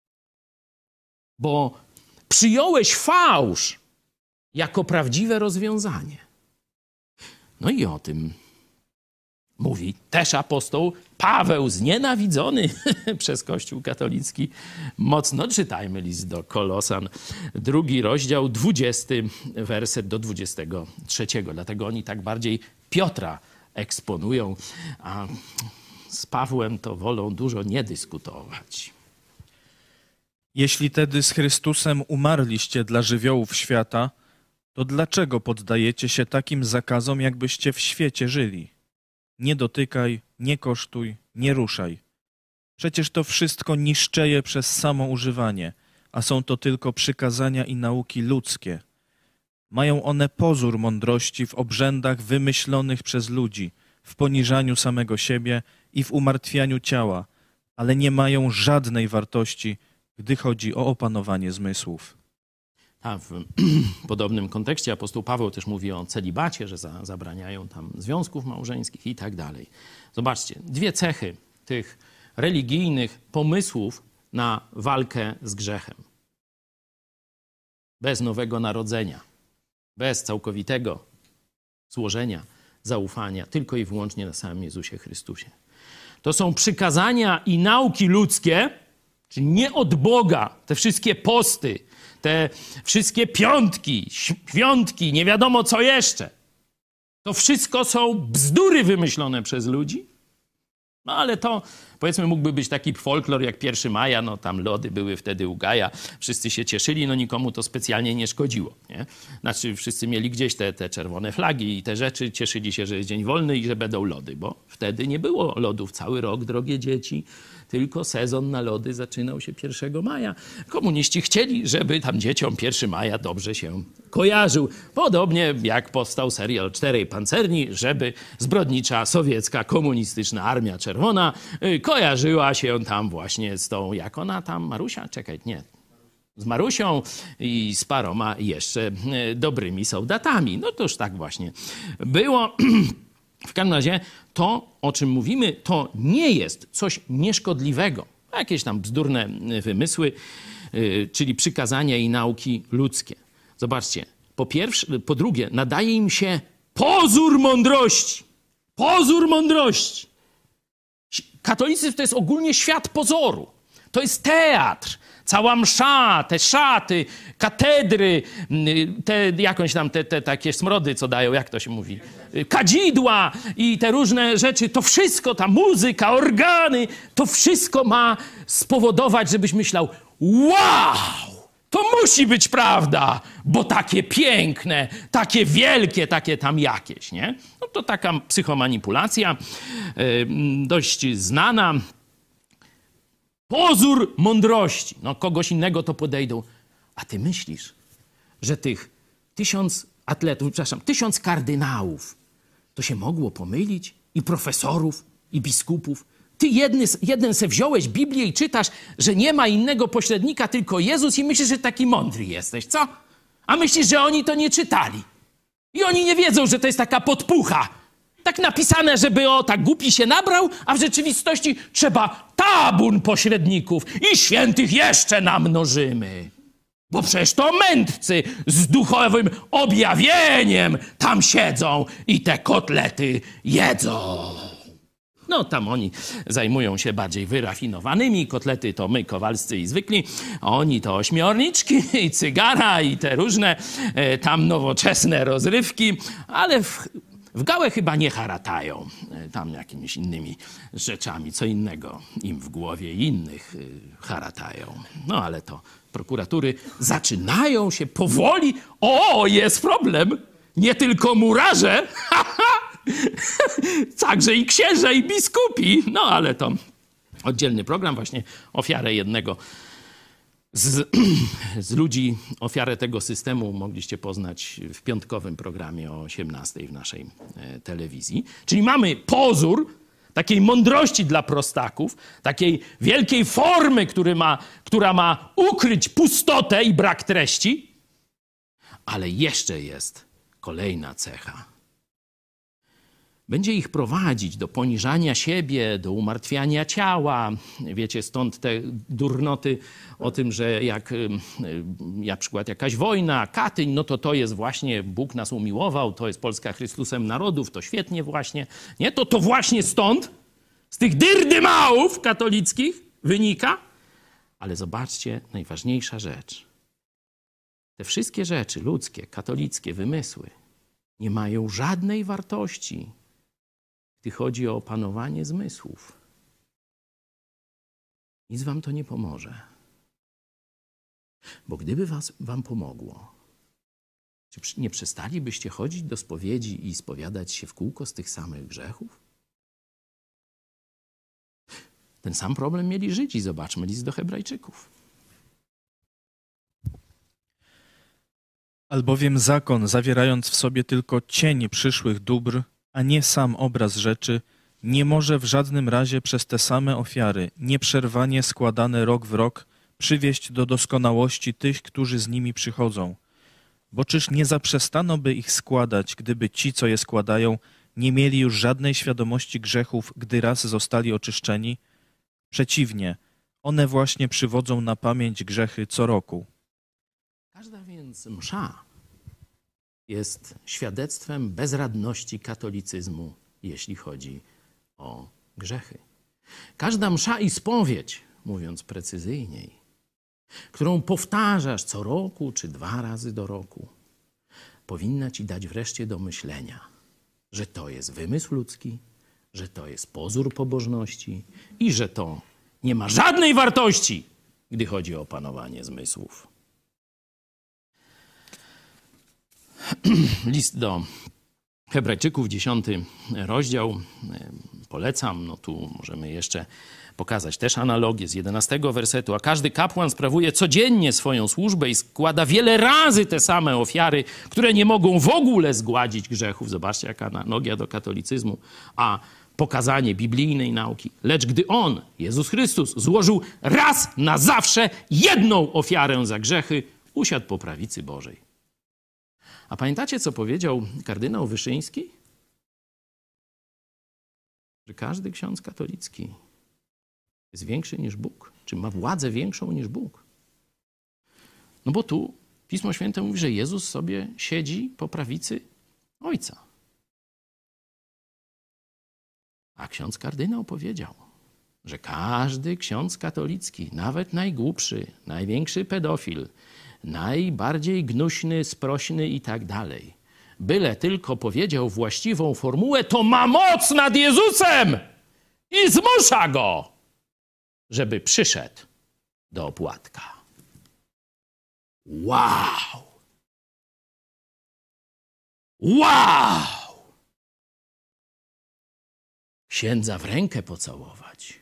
Bo przyjąłeś fałsz jako prawdziwe rozwiązanie. No i o tym mówi też apostoł Paweł, znienawidzony przez Kościół katolicki. Mocno czytajmy list do Kolosan, drugi rozdział, dwudziesty werset do dwudziestego trzeciego. Dlatego oni tak bardziej Piotra eksponują, a z Pawłem to wolą dużo nie dyskutować. Jeśli tedy z Chrystusem umarliście dla żywiołów świata, to dlaczego poddajecie się takim zakazom, jakbyście w świecie żyli? Nie dotykaj, nie kosztuj, nie ruszaj. Przecież to wszystko niszczeje przez samo używanie, a są to tylko przykazania i nauki ludzkie. Mają one pozór mądrości w obrzędach wymyślonych przez ludzi, w poniżaniu samego siebie i w umartwianiu ciała, ale nie mają żadnej wartości, gdy chodzi o opanowanie zmysłów. A w podobnym kontekście apostoł Paweł też mówi o celibacie, że za, zabraniają tam związków małżeńskich i tak dalej. Zobaczcie, dwie cechy tych religijnych pomysłów na walkę z grzechem. Bez nowego narodzenia, bez całkowitego złożenia zaufania, tylko i wyłącznie na samym Jezusie Chrystusie. To są przykazania i nauki ludzkie, czyli nie od Boga, te wszystkie posty, te wszystkie piątki, świątki, nie wiadomo co jeszcze. To wszystko są bzdury wymyślone przez ludzi. No ale to, powiedzmy, mógłby być taki folklor jak pierwszy maja, no tam lody były wtedy u Gaja, wszyscy się cieszyli, no nikomu to specjalnie nie szkodziło, nie? Znaczy wszyscy mieli gdzieś te, te czerwone flagi i te rzeczy, cieszyli się, że jest dzień wolny i że będą lody, bo wtedy nie było lodów cały rok, drogie dzieci, tylko sezon na lody zaczynał się pierwszego maja. Komuniści chcieli, żeby tam dzieciom pierwszy maja dobrze się kojarzył. Podobnie jak powstał serial Czterej Pancerni, żeby zbrodnicza sowiecka komunistyczna Armia Czerwona kojarzyła się tam właśnie z tą, jak ona tam, Marusia? Czekaj, nie. Z Marusią i z paroma jeszcze dobrymi soldatami. No to już tak właśnie było. W każdym razie to, o czym mówimy, to nie jest coś nieszkodliwego. Jakieś tam bzdurne wymysły, yy, czyli przykazania i nauki ludzkie. Zobaczcie, po pierwsze, po drugie, nadaje im się pozór mądrości. Pozór mądrości. Katolicyzm to jest ogólnie świat pozoru. To jest teatr. Cała msza, te szaty, katedry, te jakąś tam te, te takie smrody, co dają, jak to się mówi, kadzidła i te różne rzeczy, to wszystko, ta muzyka, organy, to wszystko ma spowodować, żebyś myślał, wow, to musi być prawda, bo takie piękne, takie wielkie, takie tam jakieś, nie? No to taka psychomanipulacja, yy, dość znana. Pozór mądrości. No kogoś innego to podejdą. A ty myślisz, że tych tysiąc atletów, przepraszam, tysiąc kardynałów, to się mogło pomylić? I profesorów, i biskupów? Ty jedny, jeden se wziąłeś Biblię i czytasz, że nie ma innego pośrednika, tylko Jezus i myślisz, że taki mądry jesteś, co? A myślisz, że oni to nie czytali. I oni nie wiedzą, że to jest taka podpucha. Tak napisane, żeby o, tak głupi się nabrał, a w rzeczywistości trzeba tabun pośredników i świętych jeszcze namnożymy. Bo przecież to mędrcy z duchowym objawieniem tam siedzą i te kotlety jedzą. No tam oni zajmują się bardziej wyrafinowanymi. Kotlety to my, kowalscy i zwykli. Oni to ośmiorniczki i cygara i te różne e, tam nowoczesne rozrywki. Ale w, w gałę chyba nie haratają e, tam jakimiś innymi rzeczami. Co innego im w głowie innych e, haratają. No ale to prokuratury zaczynają się powoli. O, jest problem. Nie tylko murarze, także i księża, i biskupi. No ale to oddzielny program, właśnie ofiarę jednego z, z ludzi, ofiarę tego systemu mogliście poznać w piątkowym programie o osiemnastej w naszej e, telewizji. Czyli mamy pozór takiej mądrości dla prostaków, takiej wielkiej formy, który ma, która ma ukryć pustotę i brak treści, ale jeszcze jest kolejna cecha. Będzie ich prowadzić do poniżania siebie, do umartwiania ciała. Wiecie, stąd te durnoty o tym, że jak na przykład jakaś wojna, Katyń, no to to jest właśnie, Bóg nas umiłował, to jest Polska Chrystusem narodów, to świetnie właśnie. Nie, to to właśnie stąd, z tych dyrdymałów katolickich wynika. Ale zobaczcie, najważniejsza rzecz. Te wszystkie rzeczy ludzkie, katolickie, wymysły nie mają żadnej wartości, gdy chodzi o opanowanie zmysłów. Nic wam to nie pomoże. Bo gdyby was, wam pomogło, czy nie przestalibyście chodzić do spowiedzi i spowiadać się w kółko z tych samych grzechów? Ten sam problem mieli Żydzi. Zobaczmy list do Hebrajczyków. Albowiem zakon, zawierając w sobie tylko cień przyszłych dóbr, a nie sam obraz rzeczy, nie może w żadnym razie przez te same ofiary, nieprzerwanie składane rok w rok, przywieść do doskonałości tych, którzy z nimi przychodzą. Bo czyż nie zaprzestano by ich składać, gdyby ci, co je składają, nie mieli już żadnej świadomości grzechów, gdy raz zostali oczyszczeni? Przeciwnie, one właśnie przywodzą na pamięć grzechy co roku. Każda więc msza jest świadectwem bezradności katolicyzmu, jeśli chodzi o grzechy. Każda msza i spowiedź, mówiąc precyzyjniej, którą powtarzasz co roku czy dwa razy do roku, powinna ci dać wreszcie do myślenia, że to jest wymysł ludzki, że to jest pozór pobożności i że to nie ma żadnej wartości, gdy chodzi o opanowanie zmysłów. List do Hebrajczyków, dziesiąty rozdział, polecam, no tu możemy jeszcze pokazać też analogię z jedenastego wersetu. A każdy kapłan sprawuje codziennie swoją służbę i składa wiele razy te same ofiary, które nie mogą w ogóle zgładzić grzechów. Zobaczcie, jaka analogia do katolicyzmu, a pokazanie biblijnej nauki. Lecz gdy On, Jezus Chrystus, złożył raz na zawsze jedną ofiarę za grzechy, usiadł po prawicy Bożej. A pamiętacie, co powiedział kardynał Wyszyński? Że każdy ksiądz katolicki jest większy niż Bóg, czy ma władzę większą niż Bóg. No bo tu Pismo Święte mówi, że Jezus sobie siedzi po prawicy Ojca. A ksiądz kardynał powiedział, że każdy ksiądz katolicki, nawet najgłupszy, największy pedofil, najbardziej gnuśny, sprośny i tak dalej, byle tylko powiedział właściwą formułę, to ma moc nad Jezusem i zmusza go, żeby przyszedł do opłatka. Wow! Wow! Księdza w rękę pocałować,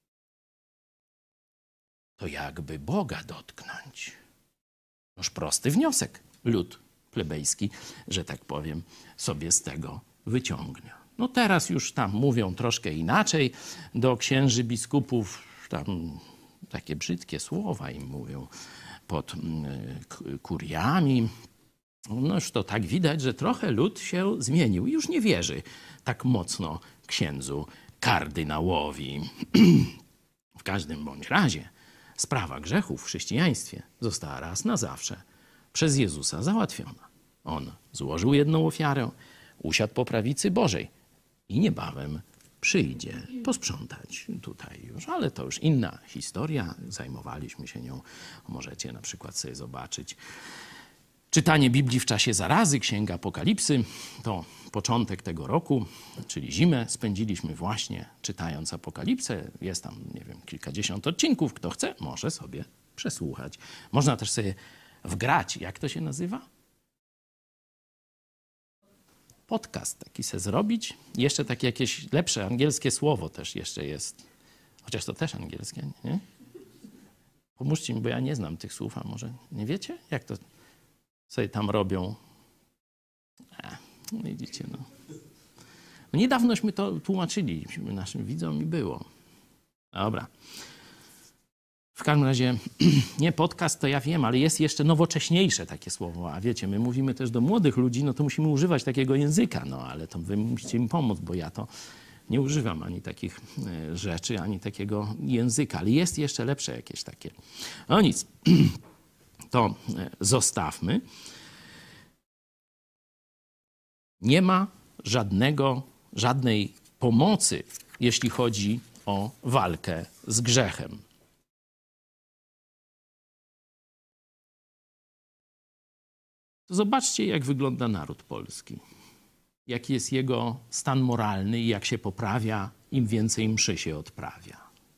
to jakby Boga dotknąć. Noż prosty wniosek lud plebejski, że tak powiem, sobie z tego wyciągnie. No teraz już tam mówią troszkę inaczej do księży biskupów, tam takie brzydkie słowa im mówią pod kuriami. No już to tak widać, że trochę lud się zmienił i już nie wierzy tak mocno księdzu kardynałowi. W każdym bądź razie sprawa grzechów w chrześcijaństwie została raz na zawsze przez Jezusa załatwiona. On złożył jedną ofiarę, usiadł po prawicy Bożej i niebawem przyjdzie posprzątać tutaj już. Ale to już inna historia. Zajmowaliśmy się nią. Możecie na przykład sobie zobaczyć. Czytanie Biblii w czasie zarazy, Księga Apokalipsy, to początek tego roku, czyli zimę spędziliśmy właśnie czytając Apokalipsę. Jest tam, nie wiem, kilkadziesiąt odcinków. Kto chce, może sobie przesłuchać. Można też sobie wgrać. Jak to się nazywa? Podcast taki se zrobić. Jeszcze takie jakieś lepsze angielskie słowo też jeszcze jest. Chociaż to też angielskie, nie? Pomóżcie mi, bo ja nie znam tych słów, a może nie wiecie? Jak to sobie tam robią? E, no widzicie, no. no. Niedawnośmy to tłumaczyli naszym widzom i było. Dobra. W każdym razie, nie podcast to ja wiem, ale jest jeszcze nowocześniejsze takie słowo. A wiecie, my mówimy też do młodych ludzi, no to musimy używać takiego języka. No ale to wy musicie mi pomóc, bo ja to nie używam ani takich rzeczy, ani takiego języka. Ale jest jeszcze lepsze jakieś takie. No nic, to zostawmy. Nie ma żadnego, żadnej pomocy, jeśli chodzi o walkę z grzechem. To zobaczcie, jak wygląda naród polski. Jaki jest jego stan moralny i jak się poprawia, im więcej mszy się odprawia.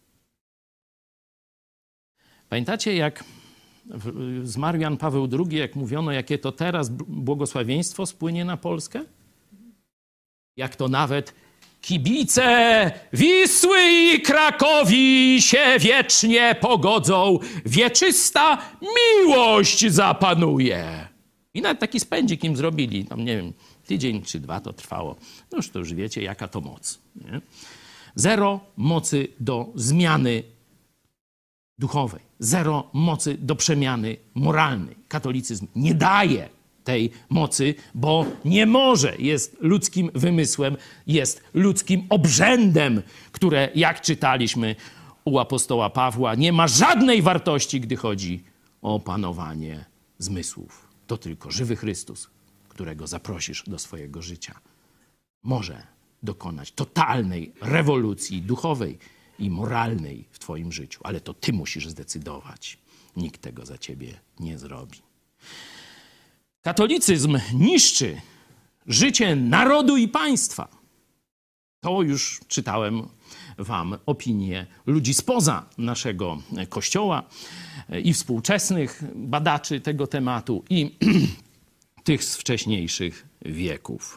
Pamiętacie, jak zmarł Jan Paweł drugi, jak mówiono, jakie to teraz błogosławieństwo spłynie na Polskę? Jak to nawet kibice Wisły i Krakowi się wiecznie pogodzą, wieczysta miłość zapanuje. I nawet taki spędzik im zrobili, tam nie wiem, tydzień czy dwa to trwało. No już to już wiecie, jaka to moc. Nie? Zero mocy do zmiany duchowej. Zero mocy do przemiany moralnej. Katolicyzm nie daje tej mocy, bo nie może. Jest ludzkim wymysłem, jest ludzkim obrzędem, które, jak czytaliśmy u apostoła Pawła, nie ma żadnej wartości, gdy chodzi o opanowanie zmysłów. To tylko żywy Chrystus, którego zaprosisz do swojego życia, może dokonać totalnej rewolucji duchowej i moralnej w twoim życiu. Ale to ty musisz zdecydować. Nikt tego za ciebie nie zrobi. Katolicyzm niszczy życie narodu i państwa. To już czytałem wam opinię ludzi spoza naszego Kościoła i współczesnych badaczy tego tematu i tych z wcześniejszych wieków.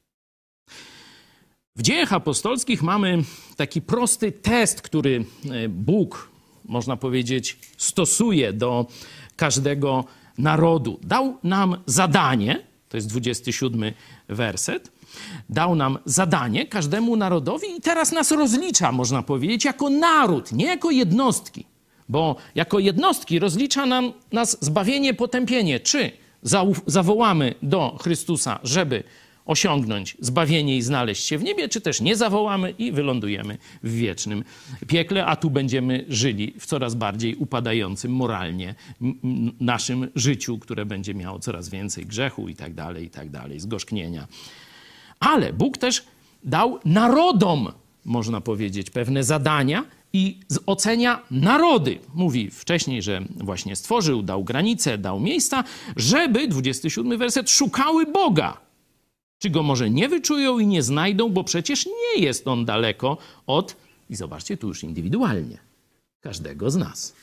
W Dziejach Apostolskich mamy taki prosty test, który Bóg, można powiedzieć, stosuje do każdego narodu. Dał nam zadanie, to jest dwudziesty siódmy werset, dał nam zadanie każdemu narodowi i teraz nas rozlicza, można powiedzieć, jako naród, nie jako jednostki. Bo jako jednostki rozlicza nam nas zbawienie, potępienie. Czy zawołamy do Chrystusa, żeby osiągnąć zbawienie i znaleźć się w niebie, czy też nie zawołamy i wylądujemy w wiecznym piekle, a tu będziemy żyli w coraz bardziej upadającym moralnie naszym życiu, które będzie miało coraz więcej grzechu i tak dalej, i tak dalej, zgorzknienia. Ale Bóg też dał narodom, można powiedzieć, pewne zadania i ocenia narody. Mówi wcześniej, że właśnie stworzył, dał granice, dał miejsca, żeby, dwudziesty siódmy werset, szukały Boga. Czy go może nie wyczują i nie znajdą, bo przecież nie jest on daleko od, i zobaczcie, tu już indywidualnie, każdego z nas.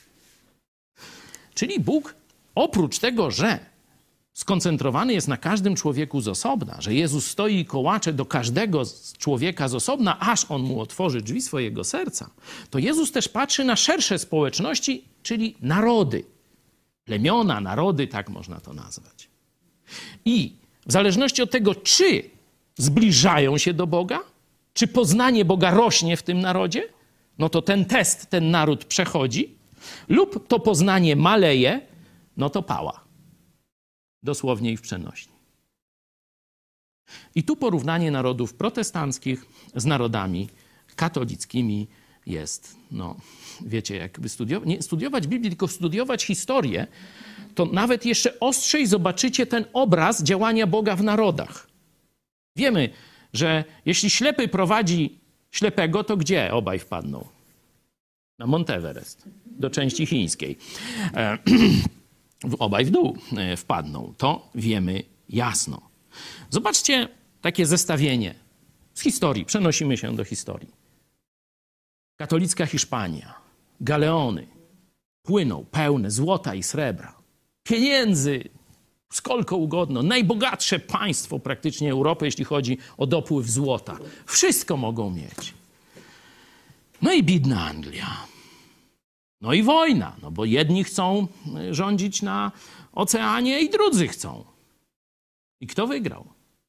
Czyli Bóg, oprócz tego, że skoncentrowany jest na każdym człowieku z osobna, że Jezus stoi i kołacze do każdego człowieka z osobna, aż on mu otworzy drzwi swojego serca, to Jezus też patrzy na szersze społeczności, czyli narody. Plemiona, narody, tak można to nazwać. I w zależności od tego, czy zbliżają się do Boga, czy poznanie Boga rośnie w tym narodzie, no to ten test ten naród przechodzi, lub to poznanie maleje, no to pała. Dosłownie i w przenośni. I tu porównanie narodów protestanckich z narodami katolickimi jest, no wiecie, jakby studiować, nie studiować Biblii, tylko studiować historię, to nawet jeszcze ostrzej zobaczycie ten obraz działania Boga w narodach. Wiemy, że jeśli ślepy prowadzi ślepego, to gdzie obaj wpadną? Na Mount Everest, do części chińskiej. E, obaj w dół wpadną. To wiemy jasno. Zobaczcie takie zestawienie z historii. Przenosimy się do historii. Katolicka Hiszpania. Galeony płyną pełne złota i srebra. Pieniędzy, skolko ugodno. Najbogatsze państwo praktycznie Europy, jeśli chodzi o dopływ złota. Wszystko mogą mieć. No i biedna Anglia. No i wojna, no bo jedni chcą rządzić na oceanie i drudzy chcą. I kto wygrał?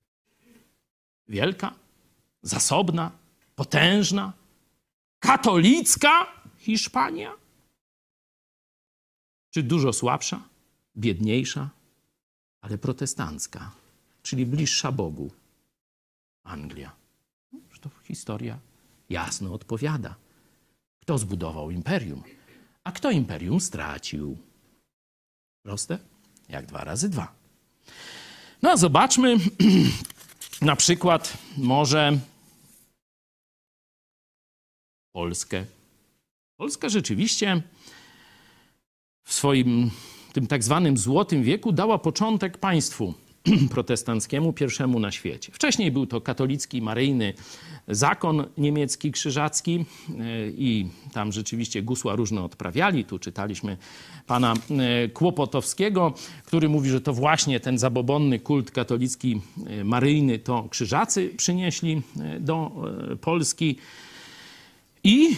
Wielka, zasobna, potężna, katolicka Hiszpania? Czy dużo słabsza, biedniejsza, ale protestancka, czyli bliższa Bogu Anglia? To historia jasno odpowiada. Kto zbudował imperium, a kto imperium stracił? Proste? Jak dwa razy dwa. No a zobaczmy na przykład może Polskę. Polska rzeczywiście w swoim tym tak zwanym złotym wieku dała początek państwu protestanckiemu, pierwszemu na świecie. Wcześniej był to katolicki, maryjny zakon niemiecki, krzyżacki i tam rzeczywiście gusła różne odprawiali. Tu czytaliśmy pana Kłopotowskiego, który mówi, że to właśnie ten zabobonny kult katolicki, maryjny to krzyżacy przynieśli do Polski. I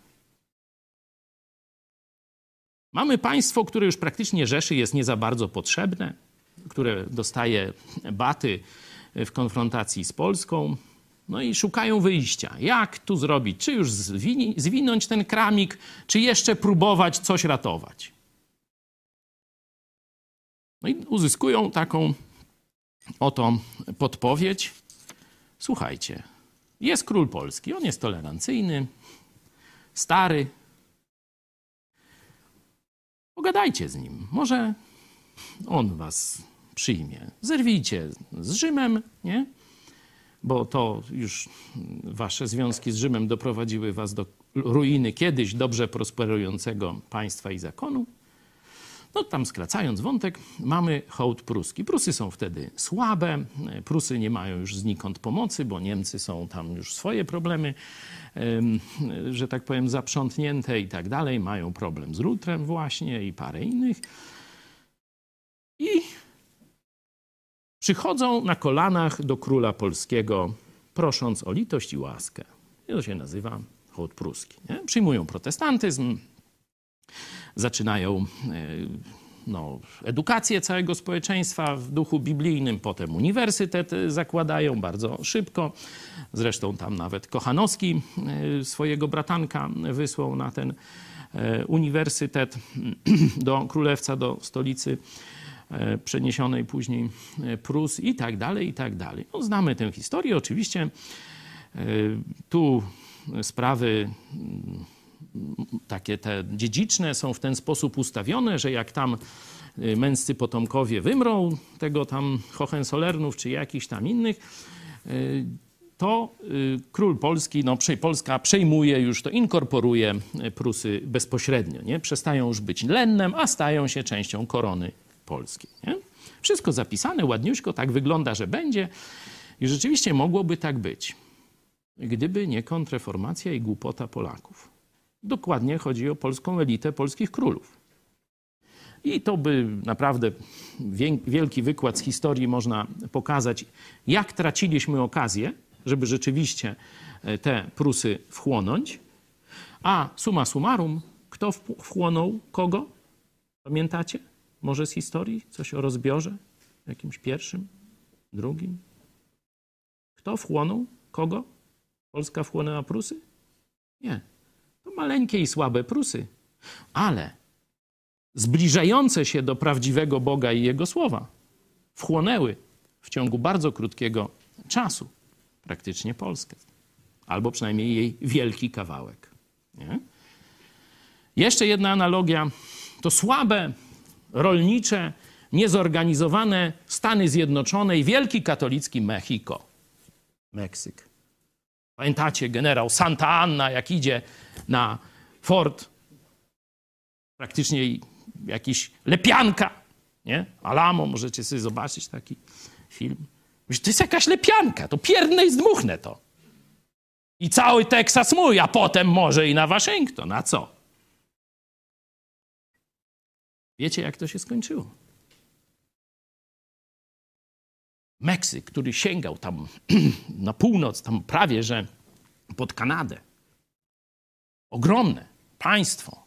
mamy państwo, które już praktycznie Rzeszy jest nie za bardzo potrzebne, które dostaje baty w konfrontacji z Polską. No i szukają wyjścia. Jak tu zrobić? Czy już zwini, zwinąć ten kramik, czy jeszcze próbować coś ratować? No i uzyskują taką oto podpowiedź. Słuchajcie, jest król polski, on jest tolerancyjny, stary. Pogadajcie z nim, może on was przyjmie. Zerwijcie z Rzymem, nie? Bo to już wasze związki z Rzymem doprowadziły was do ruiny kiedyś dobrze prosperującego państwa i zakonu. No tam skracając wątek, mamy hołd pruski. Prusy są wtedy słabe, Prusy nie mają już znikąd pomocy, bo Niemcy są tam już swoje problemy, że tak powiem, zaprzątnięte i tak dalej. Mają problem z Lutrem właśnie i parę innych. I przychodzą na kolanach do króla polskiego, prosząc o litość i łaskę. I to się nazywa hołd pruski. Nie? Przyjmują protestantyzm, zaczynają no, edukację całego społeczeństwa w duchu biblijnym, potem uniwersytet zakładają bardzo szybko. Zresztą tam nawet Kochanowski swojego bratanka wysłał na ten uniwersytet do Królewca, do stolicy przeniesionej później Prus i tak dalej, i tak dalej. No, znamy tę historię oczywiście. Tu sprawy takie te dziedziczne są w ten sposób ustawione, że jak tam męscy potomkowie wymrą, tego tam Hohenzollernów czy jakichś tam innych, to król polski, no Polska przejmuje już to, inkorporuje Prusy bezpośrednio. Nie? Przestają już być lennem, a stają się częścią korony polskiej. Nie? Wszystko zapisane ładniuśko, tak wygląda, że będzie i rzeczywiście mogłoby tak być, gdyby nie kontrreformacja i głupota Polaków. Dokładnie chodzi o polską elitę polskich królów. I to by naprawdę wielki wykład z historii można pokazać, jak traciliśmy okazję, żeby rzeczywiście te Prusy wchłonąć. A summa summarum, kto wchłonął kogo? Pamiętacie? Może z historii? Coś o rozbiorze? Jakimś pierwszym? Drugim? Kto wchłonął kogo? Polska wchłonęła Prusy? Nie. To maleńkie i słabe Prusy, ale zbliżające się do prawdziwego Boga i Jego słowa wchłonęły w ciągu bardzo krótkiego czasu praktycznie Polskę. Albo przynajmniej jej wielki kawałek. Nie? Jeszcze jedna analogia. To słabe, rolnicze, niezorganizowane Stany Zjednoczone i wielki katolicki Mexico. Meksyk. Pamiętacie, generał Santa Anna, jak idzie na fort, praktycznie jakiś lepianka, nie? Alamo, możecie sobie zobaczyć taki film. Mówisz, to jest jakaś lepianka, to pierdnę i zdmuchnę to. I cały Teksas mój, a potem może i na Waszyngton. A co? Wiecie, jak to się skończyło? Meksyk, który sięgał tam na północ, tam prawie że pod Kanadę. Ogromne państwo.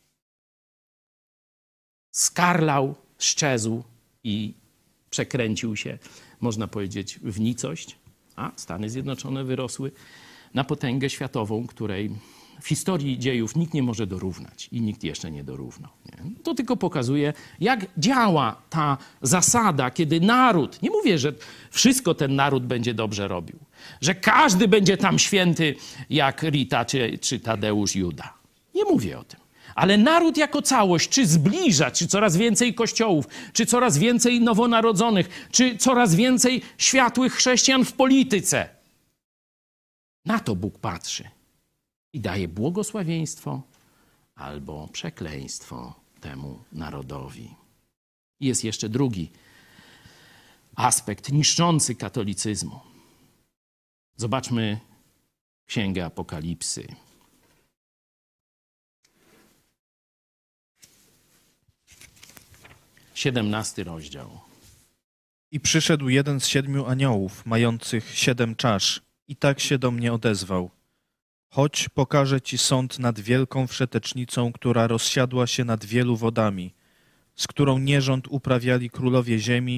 Skarlał, szczezł i przekręcił się, można powiedzieć, w nicość. A Stany Zjednoczone wyrosły na potęgę światową, której w historii dziejów nikt nie może dorównać i nikt jeszcze nie dorównał. Nie? To tylko pokazuje, jak działa ta zasada, kiedy naród, nie mówię, że wszystko ten naród będzie dobrze robił, że każdy będzie tam święty jak Rita czy, czy Tadeusz Juda. Nie mówię o tym. Ale naród jako całość, czy zbliża, czy coraz więcej kościołów, czy coraz więcej nowonarodzonych, czy coraz więcej światłych chrześcijan w polityce. Na to Bóg patrzy i daje błogosławieństwo albo przekleństwo temu narodowi. I jest jeszcze drugi aspekt niszczący katolicyzmu. Zobaczmy Księgę Apokalipsy. siedemnasty rozdział. I przyszedł jeden z siedmiu aniołów, mających siedem czasz, i tak się do mnie odezwał. Chodź, pokażę ci sąd nad wielką wszetecznicą, która rozsiadła się nad wielu wodami, z którą nierząd uprawiali królowie ziemi,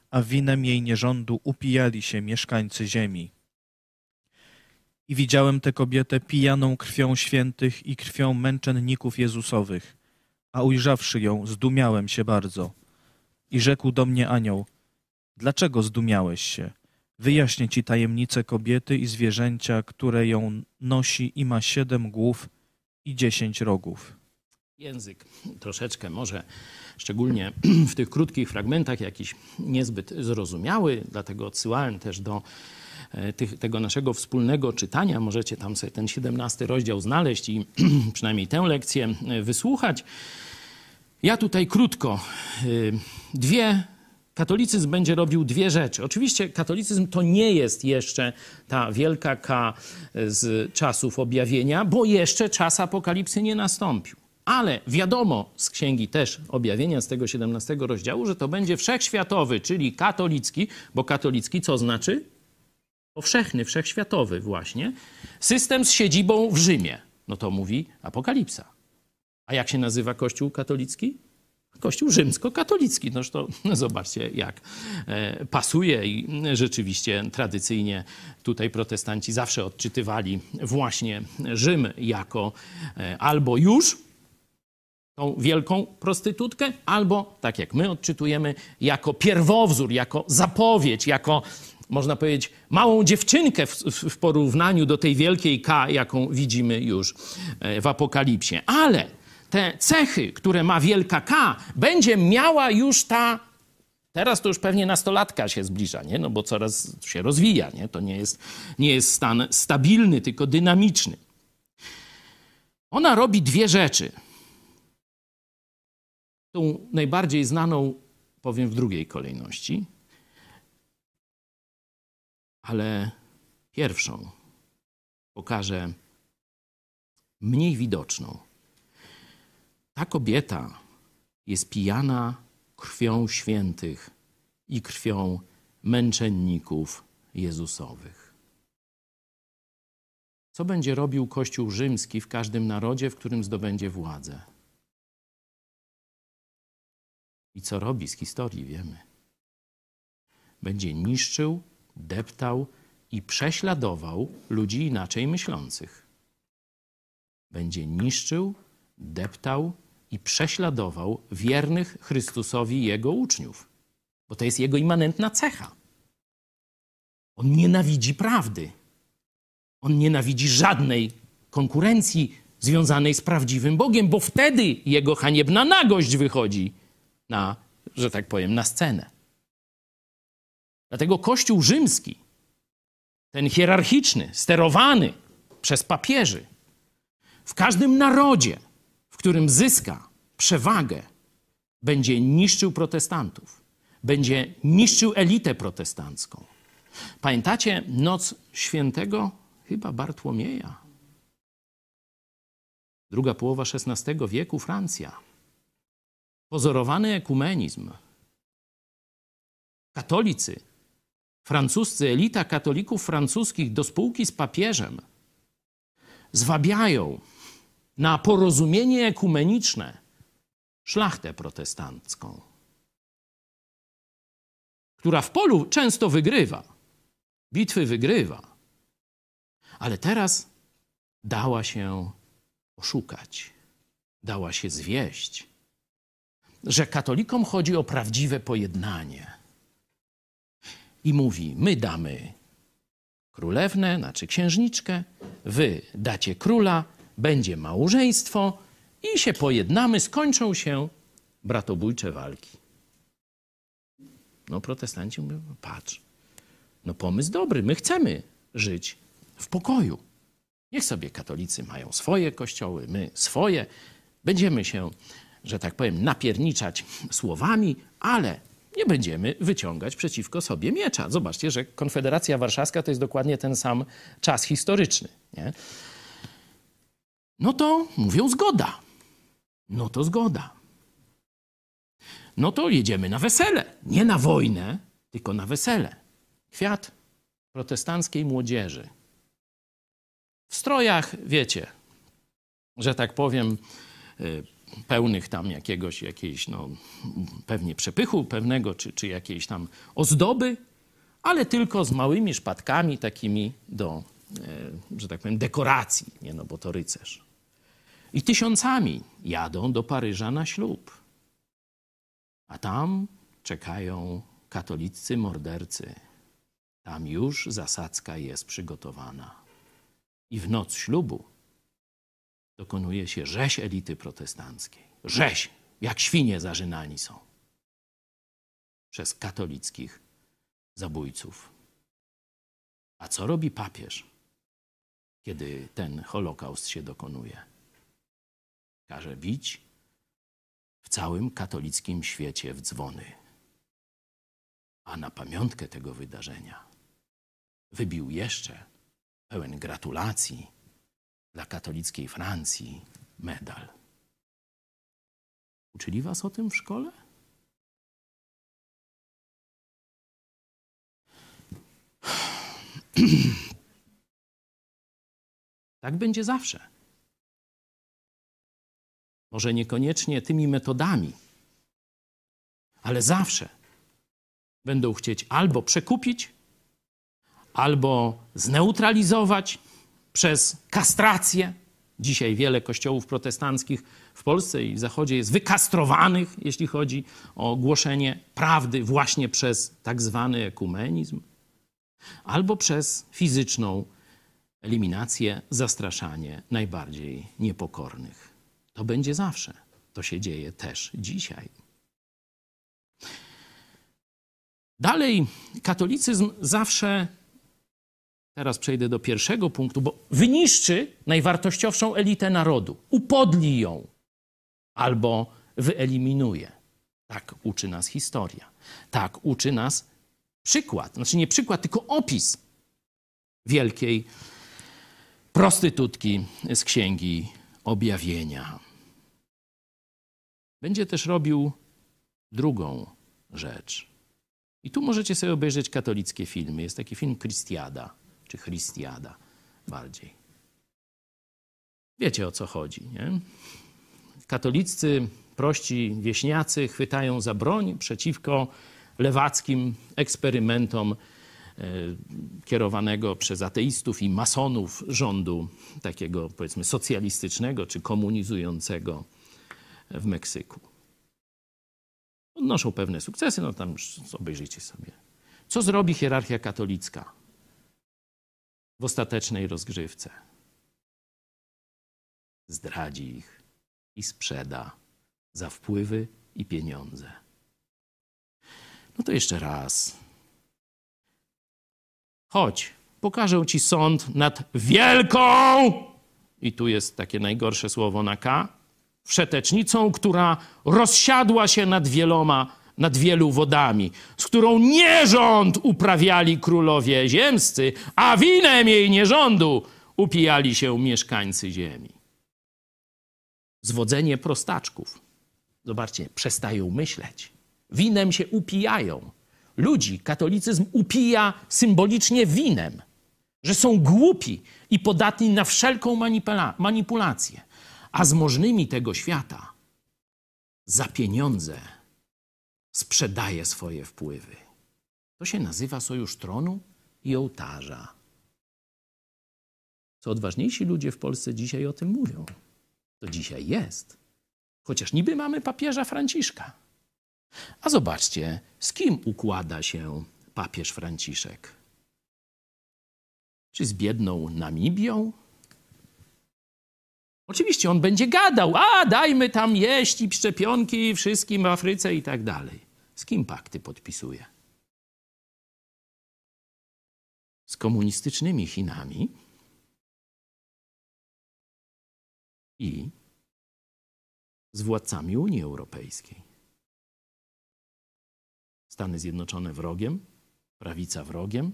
a winem jej nierządu upijali się mieszkańcy ziemi. I widziałem tę kobietę pijaną krwią świętych i krwią męczenników Jezusowych, a ujrzawszy ją, zdumiałem się bardzo. I rzekł do mnie anioł: dlaczego zdumiałeś się? Wyjaśnię ci tajemnicę kobiety i zwierzęcia, które ją nosi i ma siedem głów i dziesięć rogów. Język troszeczkę może, szczególnie w tych krótkich fragmentach, jakiś niezbyt zrozumiały, dlatego odsyłałem też do tych, tego naszego wspólnego czytania. Możecie tam sobie ten siedemnasty rozdział znaleźć i przynajmniej tę lekcję wysłuchać. Ja tutaj krótko, dwie, katolicyzm będzie robił dwie rzeczy. Oczywiście katolicyzm to nie jest jeszcze ta wielka K z czasów objawienia, bo jeszcze czas apokalipsy nie nastąpił. Ale wiadomo z księgi też objawienia, z tego siedemnastego rozdziału, że to będzie wszechświatowy, czyli katolicki, bo katolicki co znaczy? Powszechny, wszechświatowy właśnie. System z siedzibą w Rzymie. No to mówi Apokalipsa. A jak się nazywa Kościół katolicki? Kościół rzymskokatolicki. Noż to zobaczcie, jak pasuje i rzeczywiście tradycyjnie tutaj protestanci zawsze odczytywali właśnie Rzym jako albo już tą wielką prostytutkę, albo, tak jak my odczytujemy, jako pierwowzór, jako zapowiedź, jako, można powiedzieć, małą dziewczynkę w, w, w porównaniu do tej wielkiej K, jaką widzimy już w Apokalipsie. Ale te cechy, które ma wielka K, będzie miała już ta, teraz to już pewnie nastolatka się zbliża, nie? No bo coraz się rozwija, nie? To nie jest, nie jest stan stabilny, tylko dynamiczny. Ona robi dwie rzeczy. Tą najbardziej znaną powiem w drugiej kolejności, ale pierwszą pokażę mniej widoczną. Ta kobieta jest pijana krwią świętych i krwią męczenników Jezusowych. Co będzie robił Kościół rzymski w każdym narodzie, w którym zdobędzie władzę? I co robi z historii, wiemy. Będzie niszczył, deptał i prześladował ludzi inaczej myślących. Będzie niszczył, deptał i prześladował wiernych Chrystusowi Jego uczniów. Bo to jest Jego immanentna cecha. On nienawidzi prawdy. On nienawidzi żadnej konkurencji związanej z prawdziwym Bogiem, bo wtedy Jego haniebna nagość wychodzi na, że tak powiem, na scenę. Dlatego Kościół rzymski, ten hierarchiczny, sterowany przez papieży, w każdym narodzie, w którym zyska przewagę, będzie niszczył protestantów, będzie niszczył elitę protestancką. Pamiętacie noc świętego chyba Bartłomieja? Druga połowa szesnastego wieku, Francja. Pozorowany ekumenizm. Katolicy, francuscy, elita katolików francuskich do spółki z papieżem zwabiają na porozumienie ekumeniczne szlachtę protestancką, która w polu często wygrywa, bitwy wygrywa, ale teraz dała się oszukać, dała się zwieść, że katolikom chodzi o prawdziwe pojednanie. I mówi, my damy królewnę, znaczy księżniczkę, wy dacie króla, będzie małżeństwo i się pojednamy, skończą się bratobójcze walki. No protestanci mówią, patrz, no pomysł dobry, my chcemy żyć w pokoju. Niech sobie katolicy mają swoje kościoły, my swoje. Będziemy się, że tak powiem, napierniczać słowami, ale nie będziemy wyciągać przeciwko sobie miecza. Zobaczcie, że Konfederacja Warszawska to jest dokładnie ten sam czas historyczny. Nie? No to mówią zgoda. No to zgoda. No to jedziemy na wesele. Nie na wojnę, tylko na wesele. Kwiat protestanckiej młodzieży. W strojach, wiecie, że tak powiem, pełnych tam jakiegoś, jakiejś, no, pewnie przepychu pewnego, czy, czy jakiejś tam ozdoby, ale tylko z małymi szpadkami takimi do, e, że tak powiem, dekoracji, nie, no bo to rycerz. I tysiącami jadą do Paryża na ślub. A tam czekają katoliccy mordercy. Tam już zasadzka jest przygotowana. I w noc ślubu dokonuje się rzeź elity protestanckiej. Rzeź, jak świnie zarzynani są przez katolickich zabójców. A co robi papież, kiedy ten Holokaust się dokonuje? Każe bić w całym katolickim świecie w dzwony. A na pamiątkę tego wydarzenia wybił jeszcze, pełen gratulacji dla katolickiej Francji, medal. Uczyli was o tym w szkole? Tak będzie zawsze. Może niekoniecznie tymi metodami, ale zawsze będą chcieć albo przekupić, albo zneutralizować przez kastrację. Dzisiaj wiele kościołów protestanckich w Polsce i w Zachodzie jest wykastrowanych, jeśli chodzi o głoszenie prawdy właśnie przez tak zwany ekumenizm, albo przez fizyczną eliminację, zastraszanie najbardziej niepokornych. To będzie zawsze. To się dzieje też dzisiaj. Dalej, katolicyzm zawsze, teraz przejdę do pierwszego punktu, bo wyniszczy najwartościowszą elitę narodu, upodli ją albo wyeliminuje. Tak uczy nas historia. Tak uczy nas przykład, znaczy nie przykład, tylko opis wielkiej prostytutki z Księgi Objawienia. Będzie też robił drugą rzecz. I tu możecie sobie obejrzeć katolickie filmy. Jest taki film Christiada, czy Christiada bardziej. Wiecie, o co chodzi, nie? Katolicy, prości wieśniacy chwytają za broń przeciwko lewackim eksperymentom e, kierowanego przez ateistów i masonów rządu takiego, powiedzmy, socjalistycznego czy komunizującego w Meksyku. Odnoszą pewne sukcesy, no tam już obejrzyjcie sobie. Co zrobi hierarchia katolicka w ostatecznej rozgrywce? Zdradzi ich i sprzeda za wpływy i pieniądze. No to jeszcze raz. Chodź, pokażę ci sąd nad wielką, i tu jest takie najgorsze słowo na K, wszetecznicą, która rozsiadła się nad wieloma, nad wielu wodami, z którą nierząd uprawiali królowie ziemscy, a winem jej nierządu upijali się mieszkańcy ziemi. Zwodzenie prostaczków. Zobaczcie, przestają myśleć. Winem się upijają. Ludzi katolicyzm upija symbolicznie winem, że są głupi i podatni na wszelką manipula- manipulację. A z możnymi tego świata za pieniądze sprzedaje swoje wpływy. To się nazywa sojusz tronu i ołtarza. Co odważniejsi ludzie w Polsce dzisiaj o tym mówią. To dzisiaj jest. Chociaż niby mamy papieża Franciszka. A zobaczcie, z kim układa się papież Franciszek? Czy z biedną Namibią? Oczywiście on będzie gadał, a dajmy tam jeść i szczepionki wszystkim w Afryce i tak dalej. Z kim pakty podpisuje? Z komunistycznymi Chinami i z władcami Unii Europejskiej. Stany Zjednoczone wrogiem, prawica wrogiem,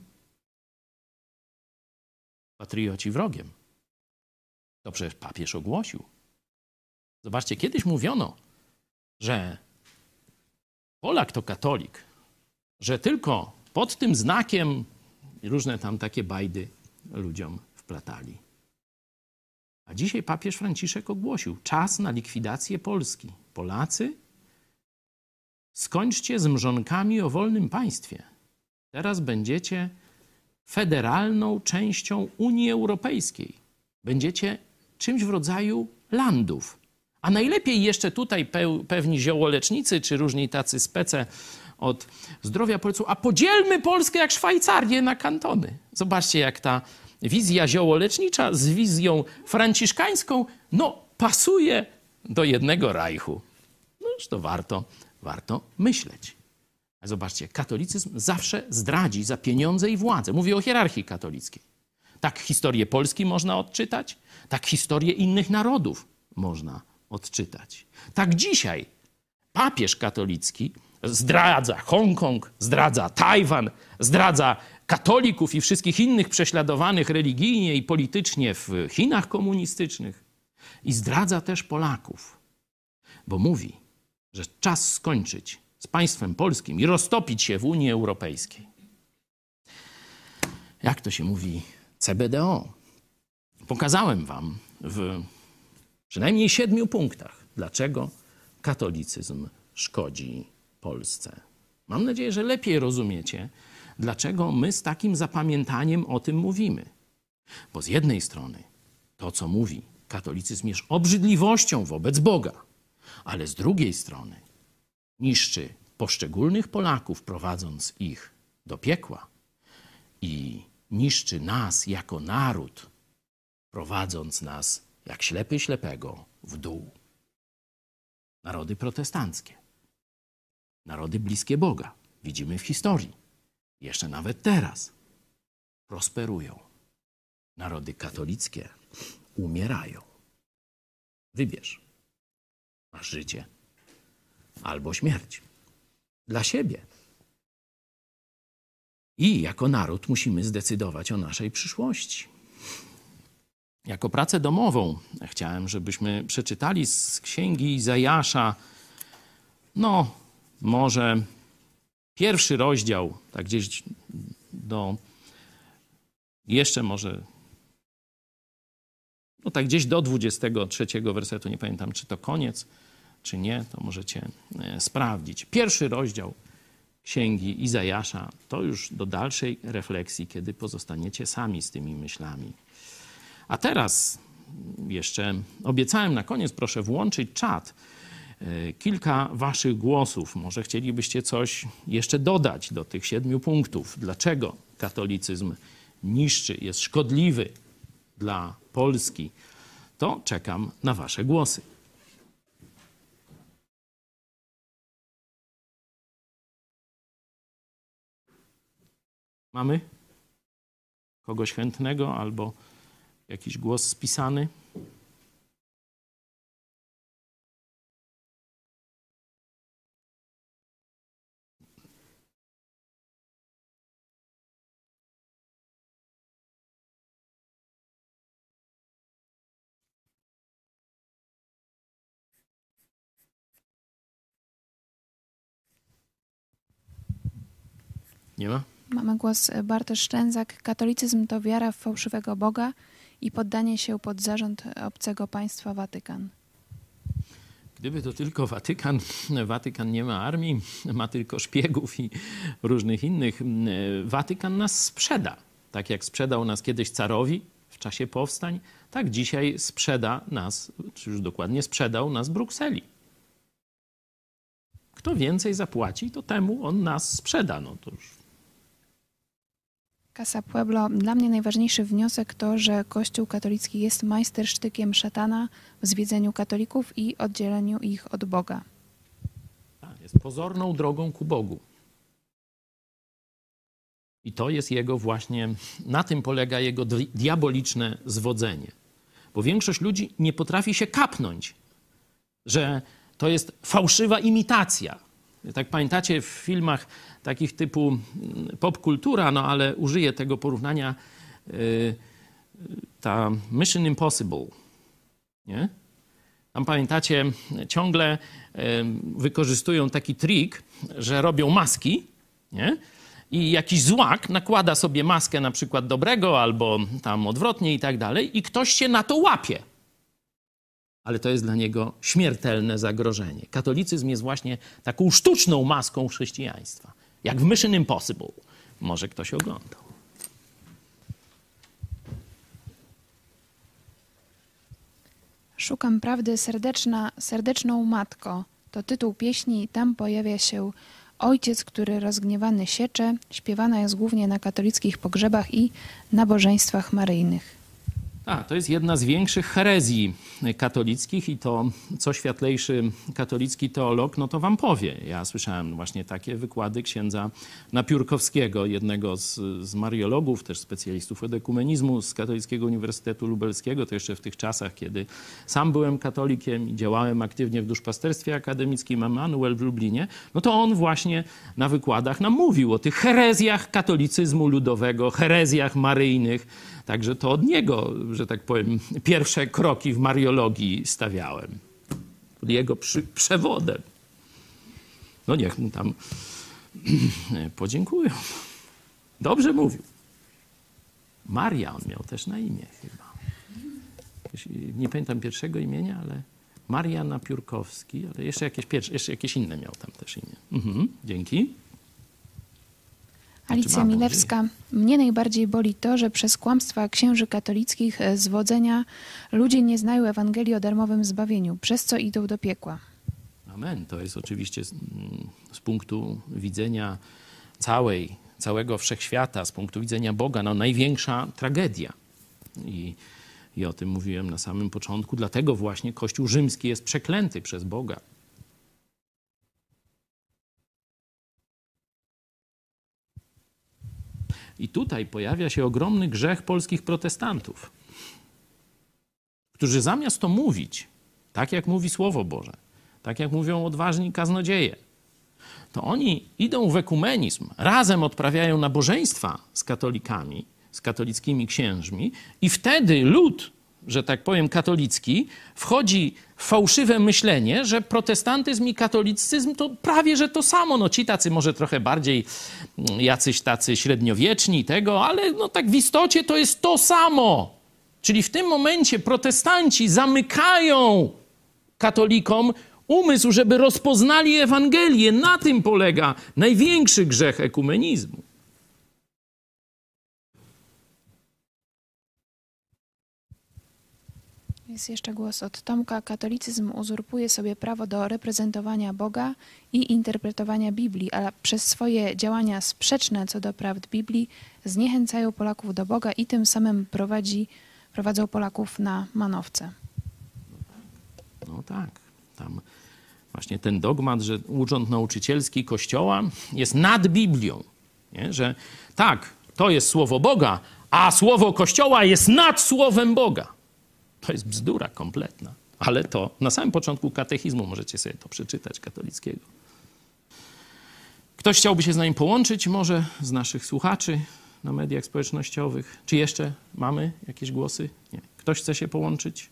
patrioci wrogiem. To przecież papież ogłosił. Zobaczcie, kiedyś mówiono, że Polak to katolik, że tylko pod tym znakiem różne tam takie bajdy ludziom wplatali. A A dzisiaj papież Franciszek ogłosił czas na likwidację Polski. Polacy, skończcie z mrzonkami o wolnym państwie. Teraz będziecie federalną częścią Unii Europejskiej. Będziecie czymś w rodzaju landów. A najlepiej jeszcze tutaj pewni ziołolecznicy czy różni tacy spece od zdrowia powiedzą, a podzielmy Polskę jak Szwajcarię na kantony. Zobaczcie, jak ta wizja ziołolecznicza z wizją franciszkańską, no, pasuje do jednego Reichu. No już to warto, warto myśleć. A zobaczcie, katolicyzm zawsze zdradzi za pieniądze i władzę. Mówię o hierarchii katolickiej. Tak historię Polski można odczytać, tak historię innych narodów można odczytać. Tak dzisiaj papież katolicki zdradza Hongkong, zdradza Tajwan, zdradza katolików i wszystkich innych prześladowanych religijnie i politycznie w Chinach komunistycznych i zdradza też Polaków, bo mówi, że czas skończyć z państwem polskim i roztopić się w Unii Europejskiej. Jak to się mówi? C B D O. Pokazałem wam w przynajmniej siedmiu punktach, dlaczego katolicyzm szkodzi Polsce. Mam nadzieję, że lepiej rozumiecie, dlaczego my z takim zapamiętaniem o tym mówimy. Bo z jednej strony to, co mówi katolicyzm, jest obrzydliwością wobec Boga, ale z drugiej strony niszczy poszczególnych Polaków, prowadząc ich do piekła i niszczy nas jako naród, prowadząc nas jak ślepy ślepego w dół. Narody protestanckie, narody bliskie Boga, widzimy w historii, jeszcze nawet teraz, prosperują. Narody katolickie umierają. Wybierz. Masz życie albo śmierć. Dla siebie. I jako naród musimy zdecydować o naszej przyszłości. Jako pracę domową chciałem, żebyśmy przeczytali z księgi Izajasza, no może pierwszy rozdział, tak gdzieś do, jeszcze może, no tak gdzieś do dwudziestego trzeciego wersetu, nie pamiętam, czy to koniec, czy nie, to możecie sprawdzić. Pierwszy rozdział księgi Izajasza, to już do dalszej refleksji, kiedy pozostaniecie sami z tymi myślami. A teraz jeszcze obiecałem na koniec, proszę włączyć czat. Kilka waszych głosów. Może chcielibyście coś jeszcze dodać do tych siedmiu punktów. Dlaczego katolicyzm niszczy, jest szkodliwy dla Polski? To czekam na wasze głosy. Mamy kogoś chętnego albo jakiś głos spisany? Nie ma? Mamy głos Bartosz Szczęzak. Katolicyzm to wiara w fałszywego Boga i poddanie się pod zarząd obcego państwa Watykan. Gdyby to tylko Watykan, Watykan nie ma armii, ma tylko szpiegów i różnych innych. Watykan nas sprzeda. Tak jak sprzedał nas kiedyś carowi w czasie powstań, tak dzisiaj sprzeda nas, czy już dokładnie sprzedał nas Brukseli. Kto więcej zapłaci, to temu on nas sprzeda. No to już. Casa Pueblo. Dla mnie najważniejszy wniosek to, że Kościół katolicki jest majstersztykiem szatana w zwiedzeniu katolików i oddzieleniu ich od Boga. Jest pozorną drogą ku Bogu. I to jest jego właśnie, na tym polega jego diaboliczne zwodzenie. Bo większość ludzi nie potrafi się kapnąć, że to jest fałszywa imitacja. Tak pamiętacie w filmach takich typu popkultura, no ale użyję tego porównania, yy, ta Mission Impossible, nie? Tam pamiętacie, ciągle yy, wykorzystują taki trik, że robią maski, nie? I jakiś złak nakłada sobie maskę na przykład dobrego albo tam odwrotnie i tak dalej i ktoś się na to łapie. ale to jest dla niego śmiertelne zagrożenie. Katolicyzm jest właśnie taką sztuczną maską chrześcijaństwa. Jak w Mission Impossible. Może ktoś oglądał. Szukam prawdy serdeczna, serdeczną matko. To tytuł pieśni i tam pojawia się Ojciec, który rozgniewany siecze. Śpiewana jest głównie na katolickich pogrzebach i nabożeństwach maryjnych. Tak, to jest jedna z większych herezji katolickich i to, co światlejszy katolicki teolog, no to wam powie. Ja słyszałem właśnie takie wykłady księdza Napiórkowskiego, jednego z, z mariologów, też specjalistów od ekumenizmu z Katolickiego Uniwersytetu Lubelskiego, to jeszcze w tych czasach, kiedy sam byłem katolikiem i działałem aktywnie w duszpasterstwie akademickim Emanuel w Lublinie, no to on właśnie na wykładach nam mówił o tych herezjach katolicyzmu ludowego, herezjach maryjnych. Także to od niego, że tak powiem, pierwsze kroki w mariologii stawiałem. Pod jego przy, przewodem. No niech mu tam podziękują. Dobrze mówił. Maria on miał też na imię chyba. Nie pamiętam pierwszego imienia, ale Maria Napiórkowski, ale jeszcze jakieś, pierwsze, jeszcze jakieś inne miał tam też imię. Mhm, dzięki. Alicja Milewska. Mnie najbardziej boli to, że przez kłamstwa księży katolickich zwodzenia ludzie nie znają Ewangelii o darmowym zbawieniu, przez co idą do piekła. Amen. To jest oczywiście z, z punktu widzenia całej, całego wszechświata, z punktu widzenia Boga, no największa tragedia. I, I o tym mówiłem na samym początku. Dlatego właśnie Kościół rzymski jest przeklęty przez Boga. I tutaj pojawia się ogromny grzech polskich protestantów, którzy zamiast to mówić, tak jak mówi Słowo Boże, tak jak mówią odważni kaznodzieje, to oni idą w ekumenizm, razem odprawiają nabożeństwa z katolikami, z katolickimi księżmi i wtedy lud, że tak powiem katolicki, wchodzi w fałszywe myślenie, że protestantyzm i katolicyzm to prawie, że to samo. No ci tacy może trochę bardziej jacyś tacy średniowieczni tego, ale no tak w istocie to jest to samo. Czyli w tym momencie protestanci zamykają katolikom umysł, żeby rozpoznali Ewangelię. Na tym polega największy grzech ekumenizmu. Jest jeszcze głos od Tomka. Katolicyzm uzurpuje sobie prawo do reprezentowania Boga i interpretowania Biblii, a przez swoje działania sprzeczne co do prawd Biblii zniechęcają Polaków do Boga i tym samym prowadzi, prowadzą Polaków na manowce. No tak, tam właśnie ten dogmat, że urząd nauczycielski Kościoła jest nad Biblią, nie? Że tak, to jest słowo Boga, a słowo Kościoła jest nad słowem Boga. To jest bzdura kompletna, ale to na samym początku katechizmu możecie sobie to przeczytać katolickiego. Ktoś chciałby się z nami połączyć, może z naszych słuchaczy na mediach społecznościowych? Czy jeszcze mamy jakieś głosy? Nie. Ktoś chce się połączyć?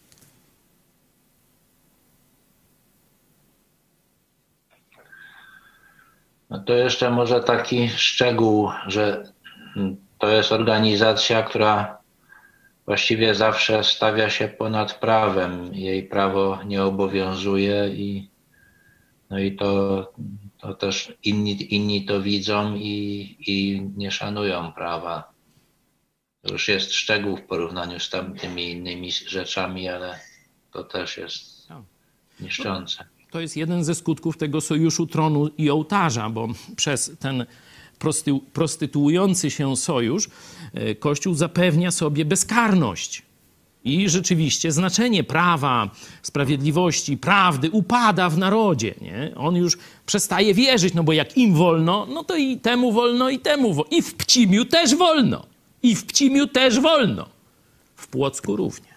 No to jeszcze może taki szczegół, że to jest organizacja, która właściwie zawsze stawia się ponad prawem. Jej prawo nie obowiązuje i, no i to, to też inni, inni to widzą i, i nie szanują prawa. To już jest szczegół w porównaniu z tamtymi innymi rzeczami, ale to też jest niszczące. To jest jeden ze skutków tego sojuszu tronu i ołtarza, bo przez ten prosty, prostytuujący się sojusz Kościół zapewnia sobie bezkarność. I rzeczywiście znaczenie prawa, sprawiedliwości, prawdy upada w narodzie. Nie? On już przestaje wierzyć, no bo jak im wolno, no to i temu wolno, i temu wolno. I w Pcimiu też wolno. I w Pcimiu też wolno. W Płocku również.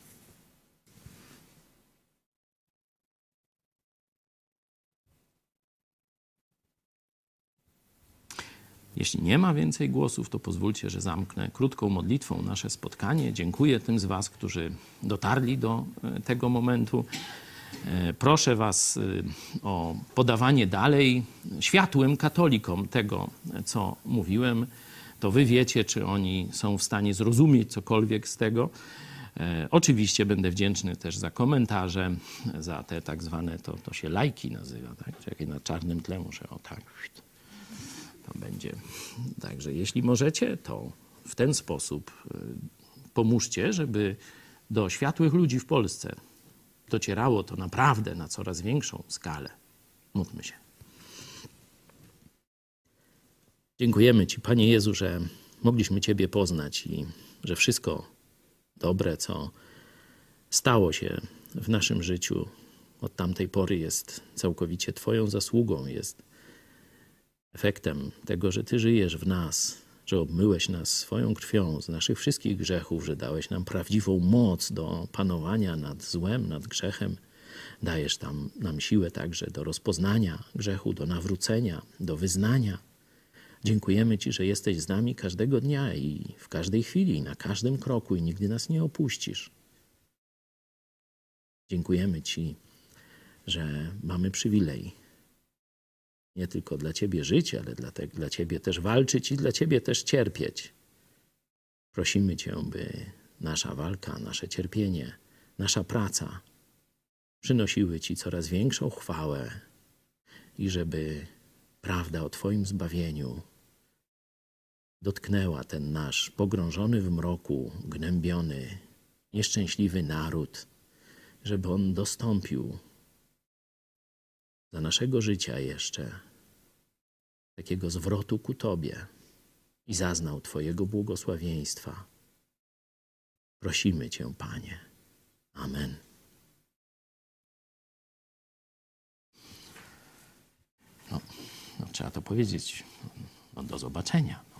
Jeśli nie ma więcej głosów, to pozwólcie, że zamknę krótką modlitwą nasze spotkanie. Dziękuję tym z was, którzy dotarli do tego momentu. Proszę was o podawanie dalej światłym katolikom tego, co mówiłem. To wy wiecie, czy oni są w stanie zrozumieć cokolwiek z tego. E, oczywiście będę wdzięczny też za komentarze, za te tak zwane, to, to się lajki nazywa, tak? Czekaj, na czarnym tle muszę, o tak, to będzie. Także jeśli możecie, to w ten sposób e, pomóżcie, żeby do światłych ludzi w Polsce docierało to naprawdę na coraz większą skalę. Módlmy się. Dziękujemy Ci, Panie Jezu, że mogliśmy Ciebie poznać i że wszystko dobre, co stało się w naszym życiu od tamtej pory, jest całkowicie Twoją zasługą, jest efektem tego, że Ty żyjesz w nas, że obmyłeś nas swoją krwią z naszych wszystkich grzechów, że dałeś nam prawdziwą moc do panowania nad złem, nad grzechem. Dajesz tam nam siłę także do rozpoznania grzechu, do nawrócenia, do wyznania. Dziękujemy Ci, że jesteś z nami każdego dnia i w każdej chwili, i na każdym kroku i nigdy nas nie opuścisz. Dziękujemy Ci, że mamy przywilej nie tylko dla Ciebie żyć, ale dla, te, dla Ciebie też walczyć i dla Ciebie też cierpieć. Prosimy Cię, by nasza walka, nasze cierpienie, nasza praca przynosiły Ci coraz większą chwałę i żeby prawda o Twoim zbawieniu dotknęła ten nasz pogrążony w mroku, gnębiony, nieszczęśliwy naród, żeby on dostąpił za naszego życia jeszcze takiego zwrotu ku Tobie i zaznał Twojego błogosławieństwa. Prosimy Cię, Panie. Amen. No, no trzeba to powiedzieć. No, do zobaczenia.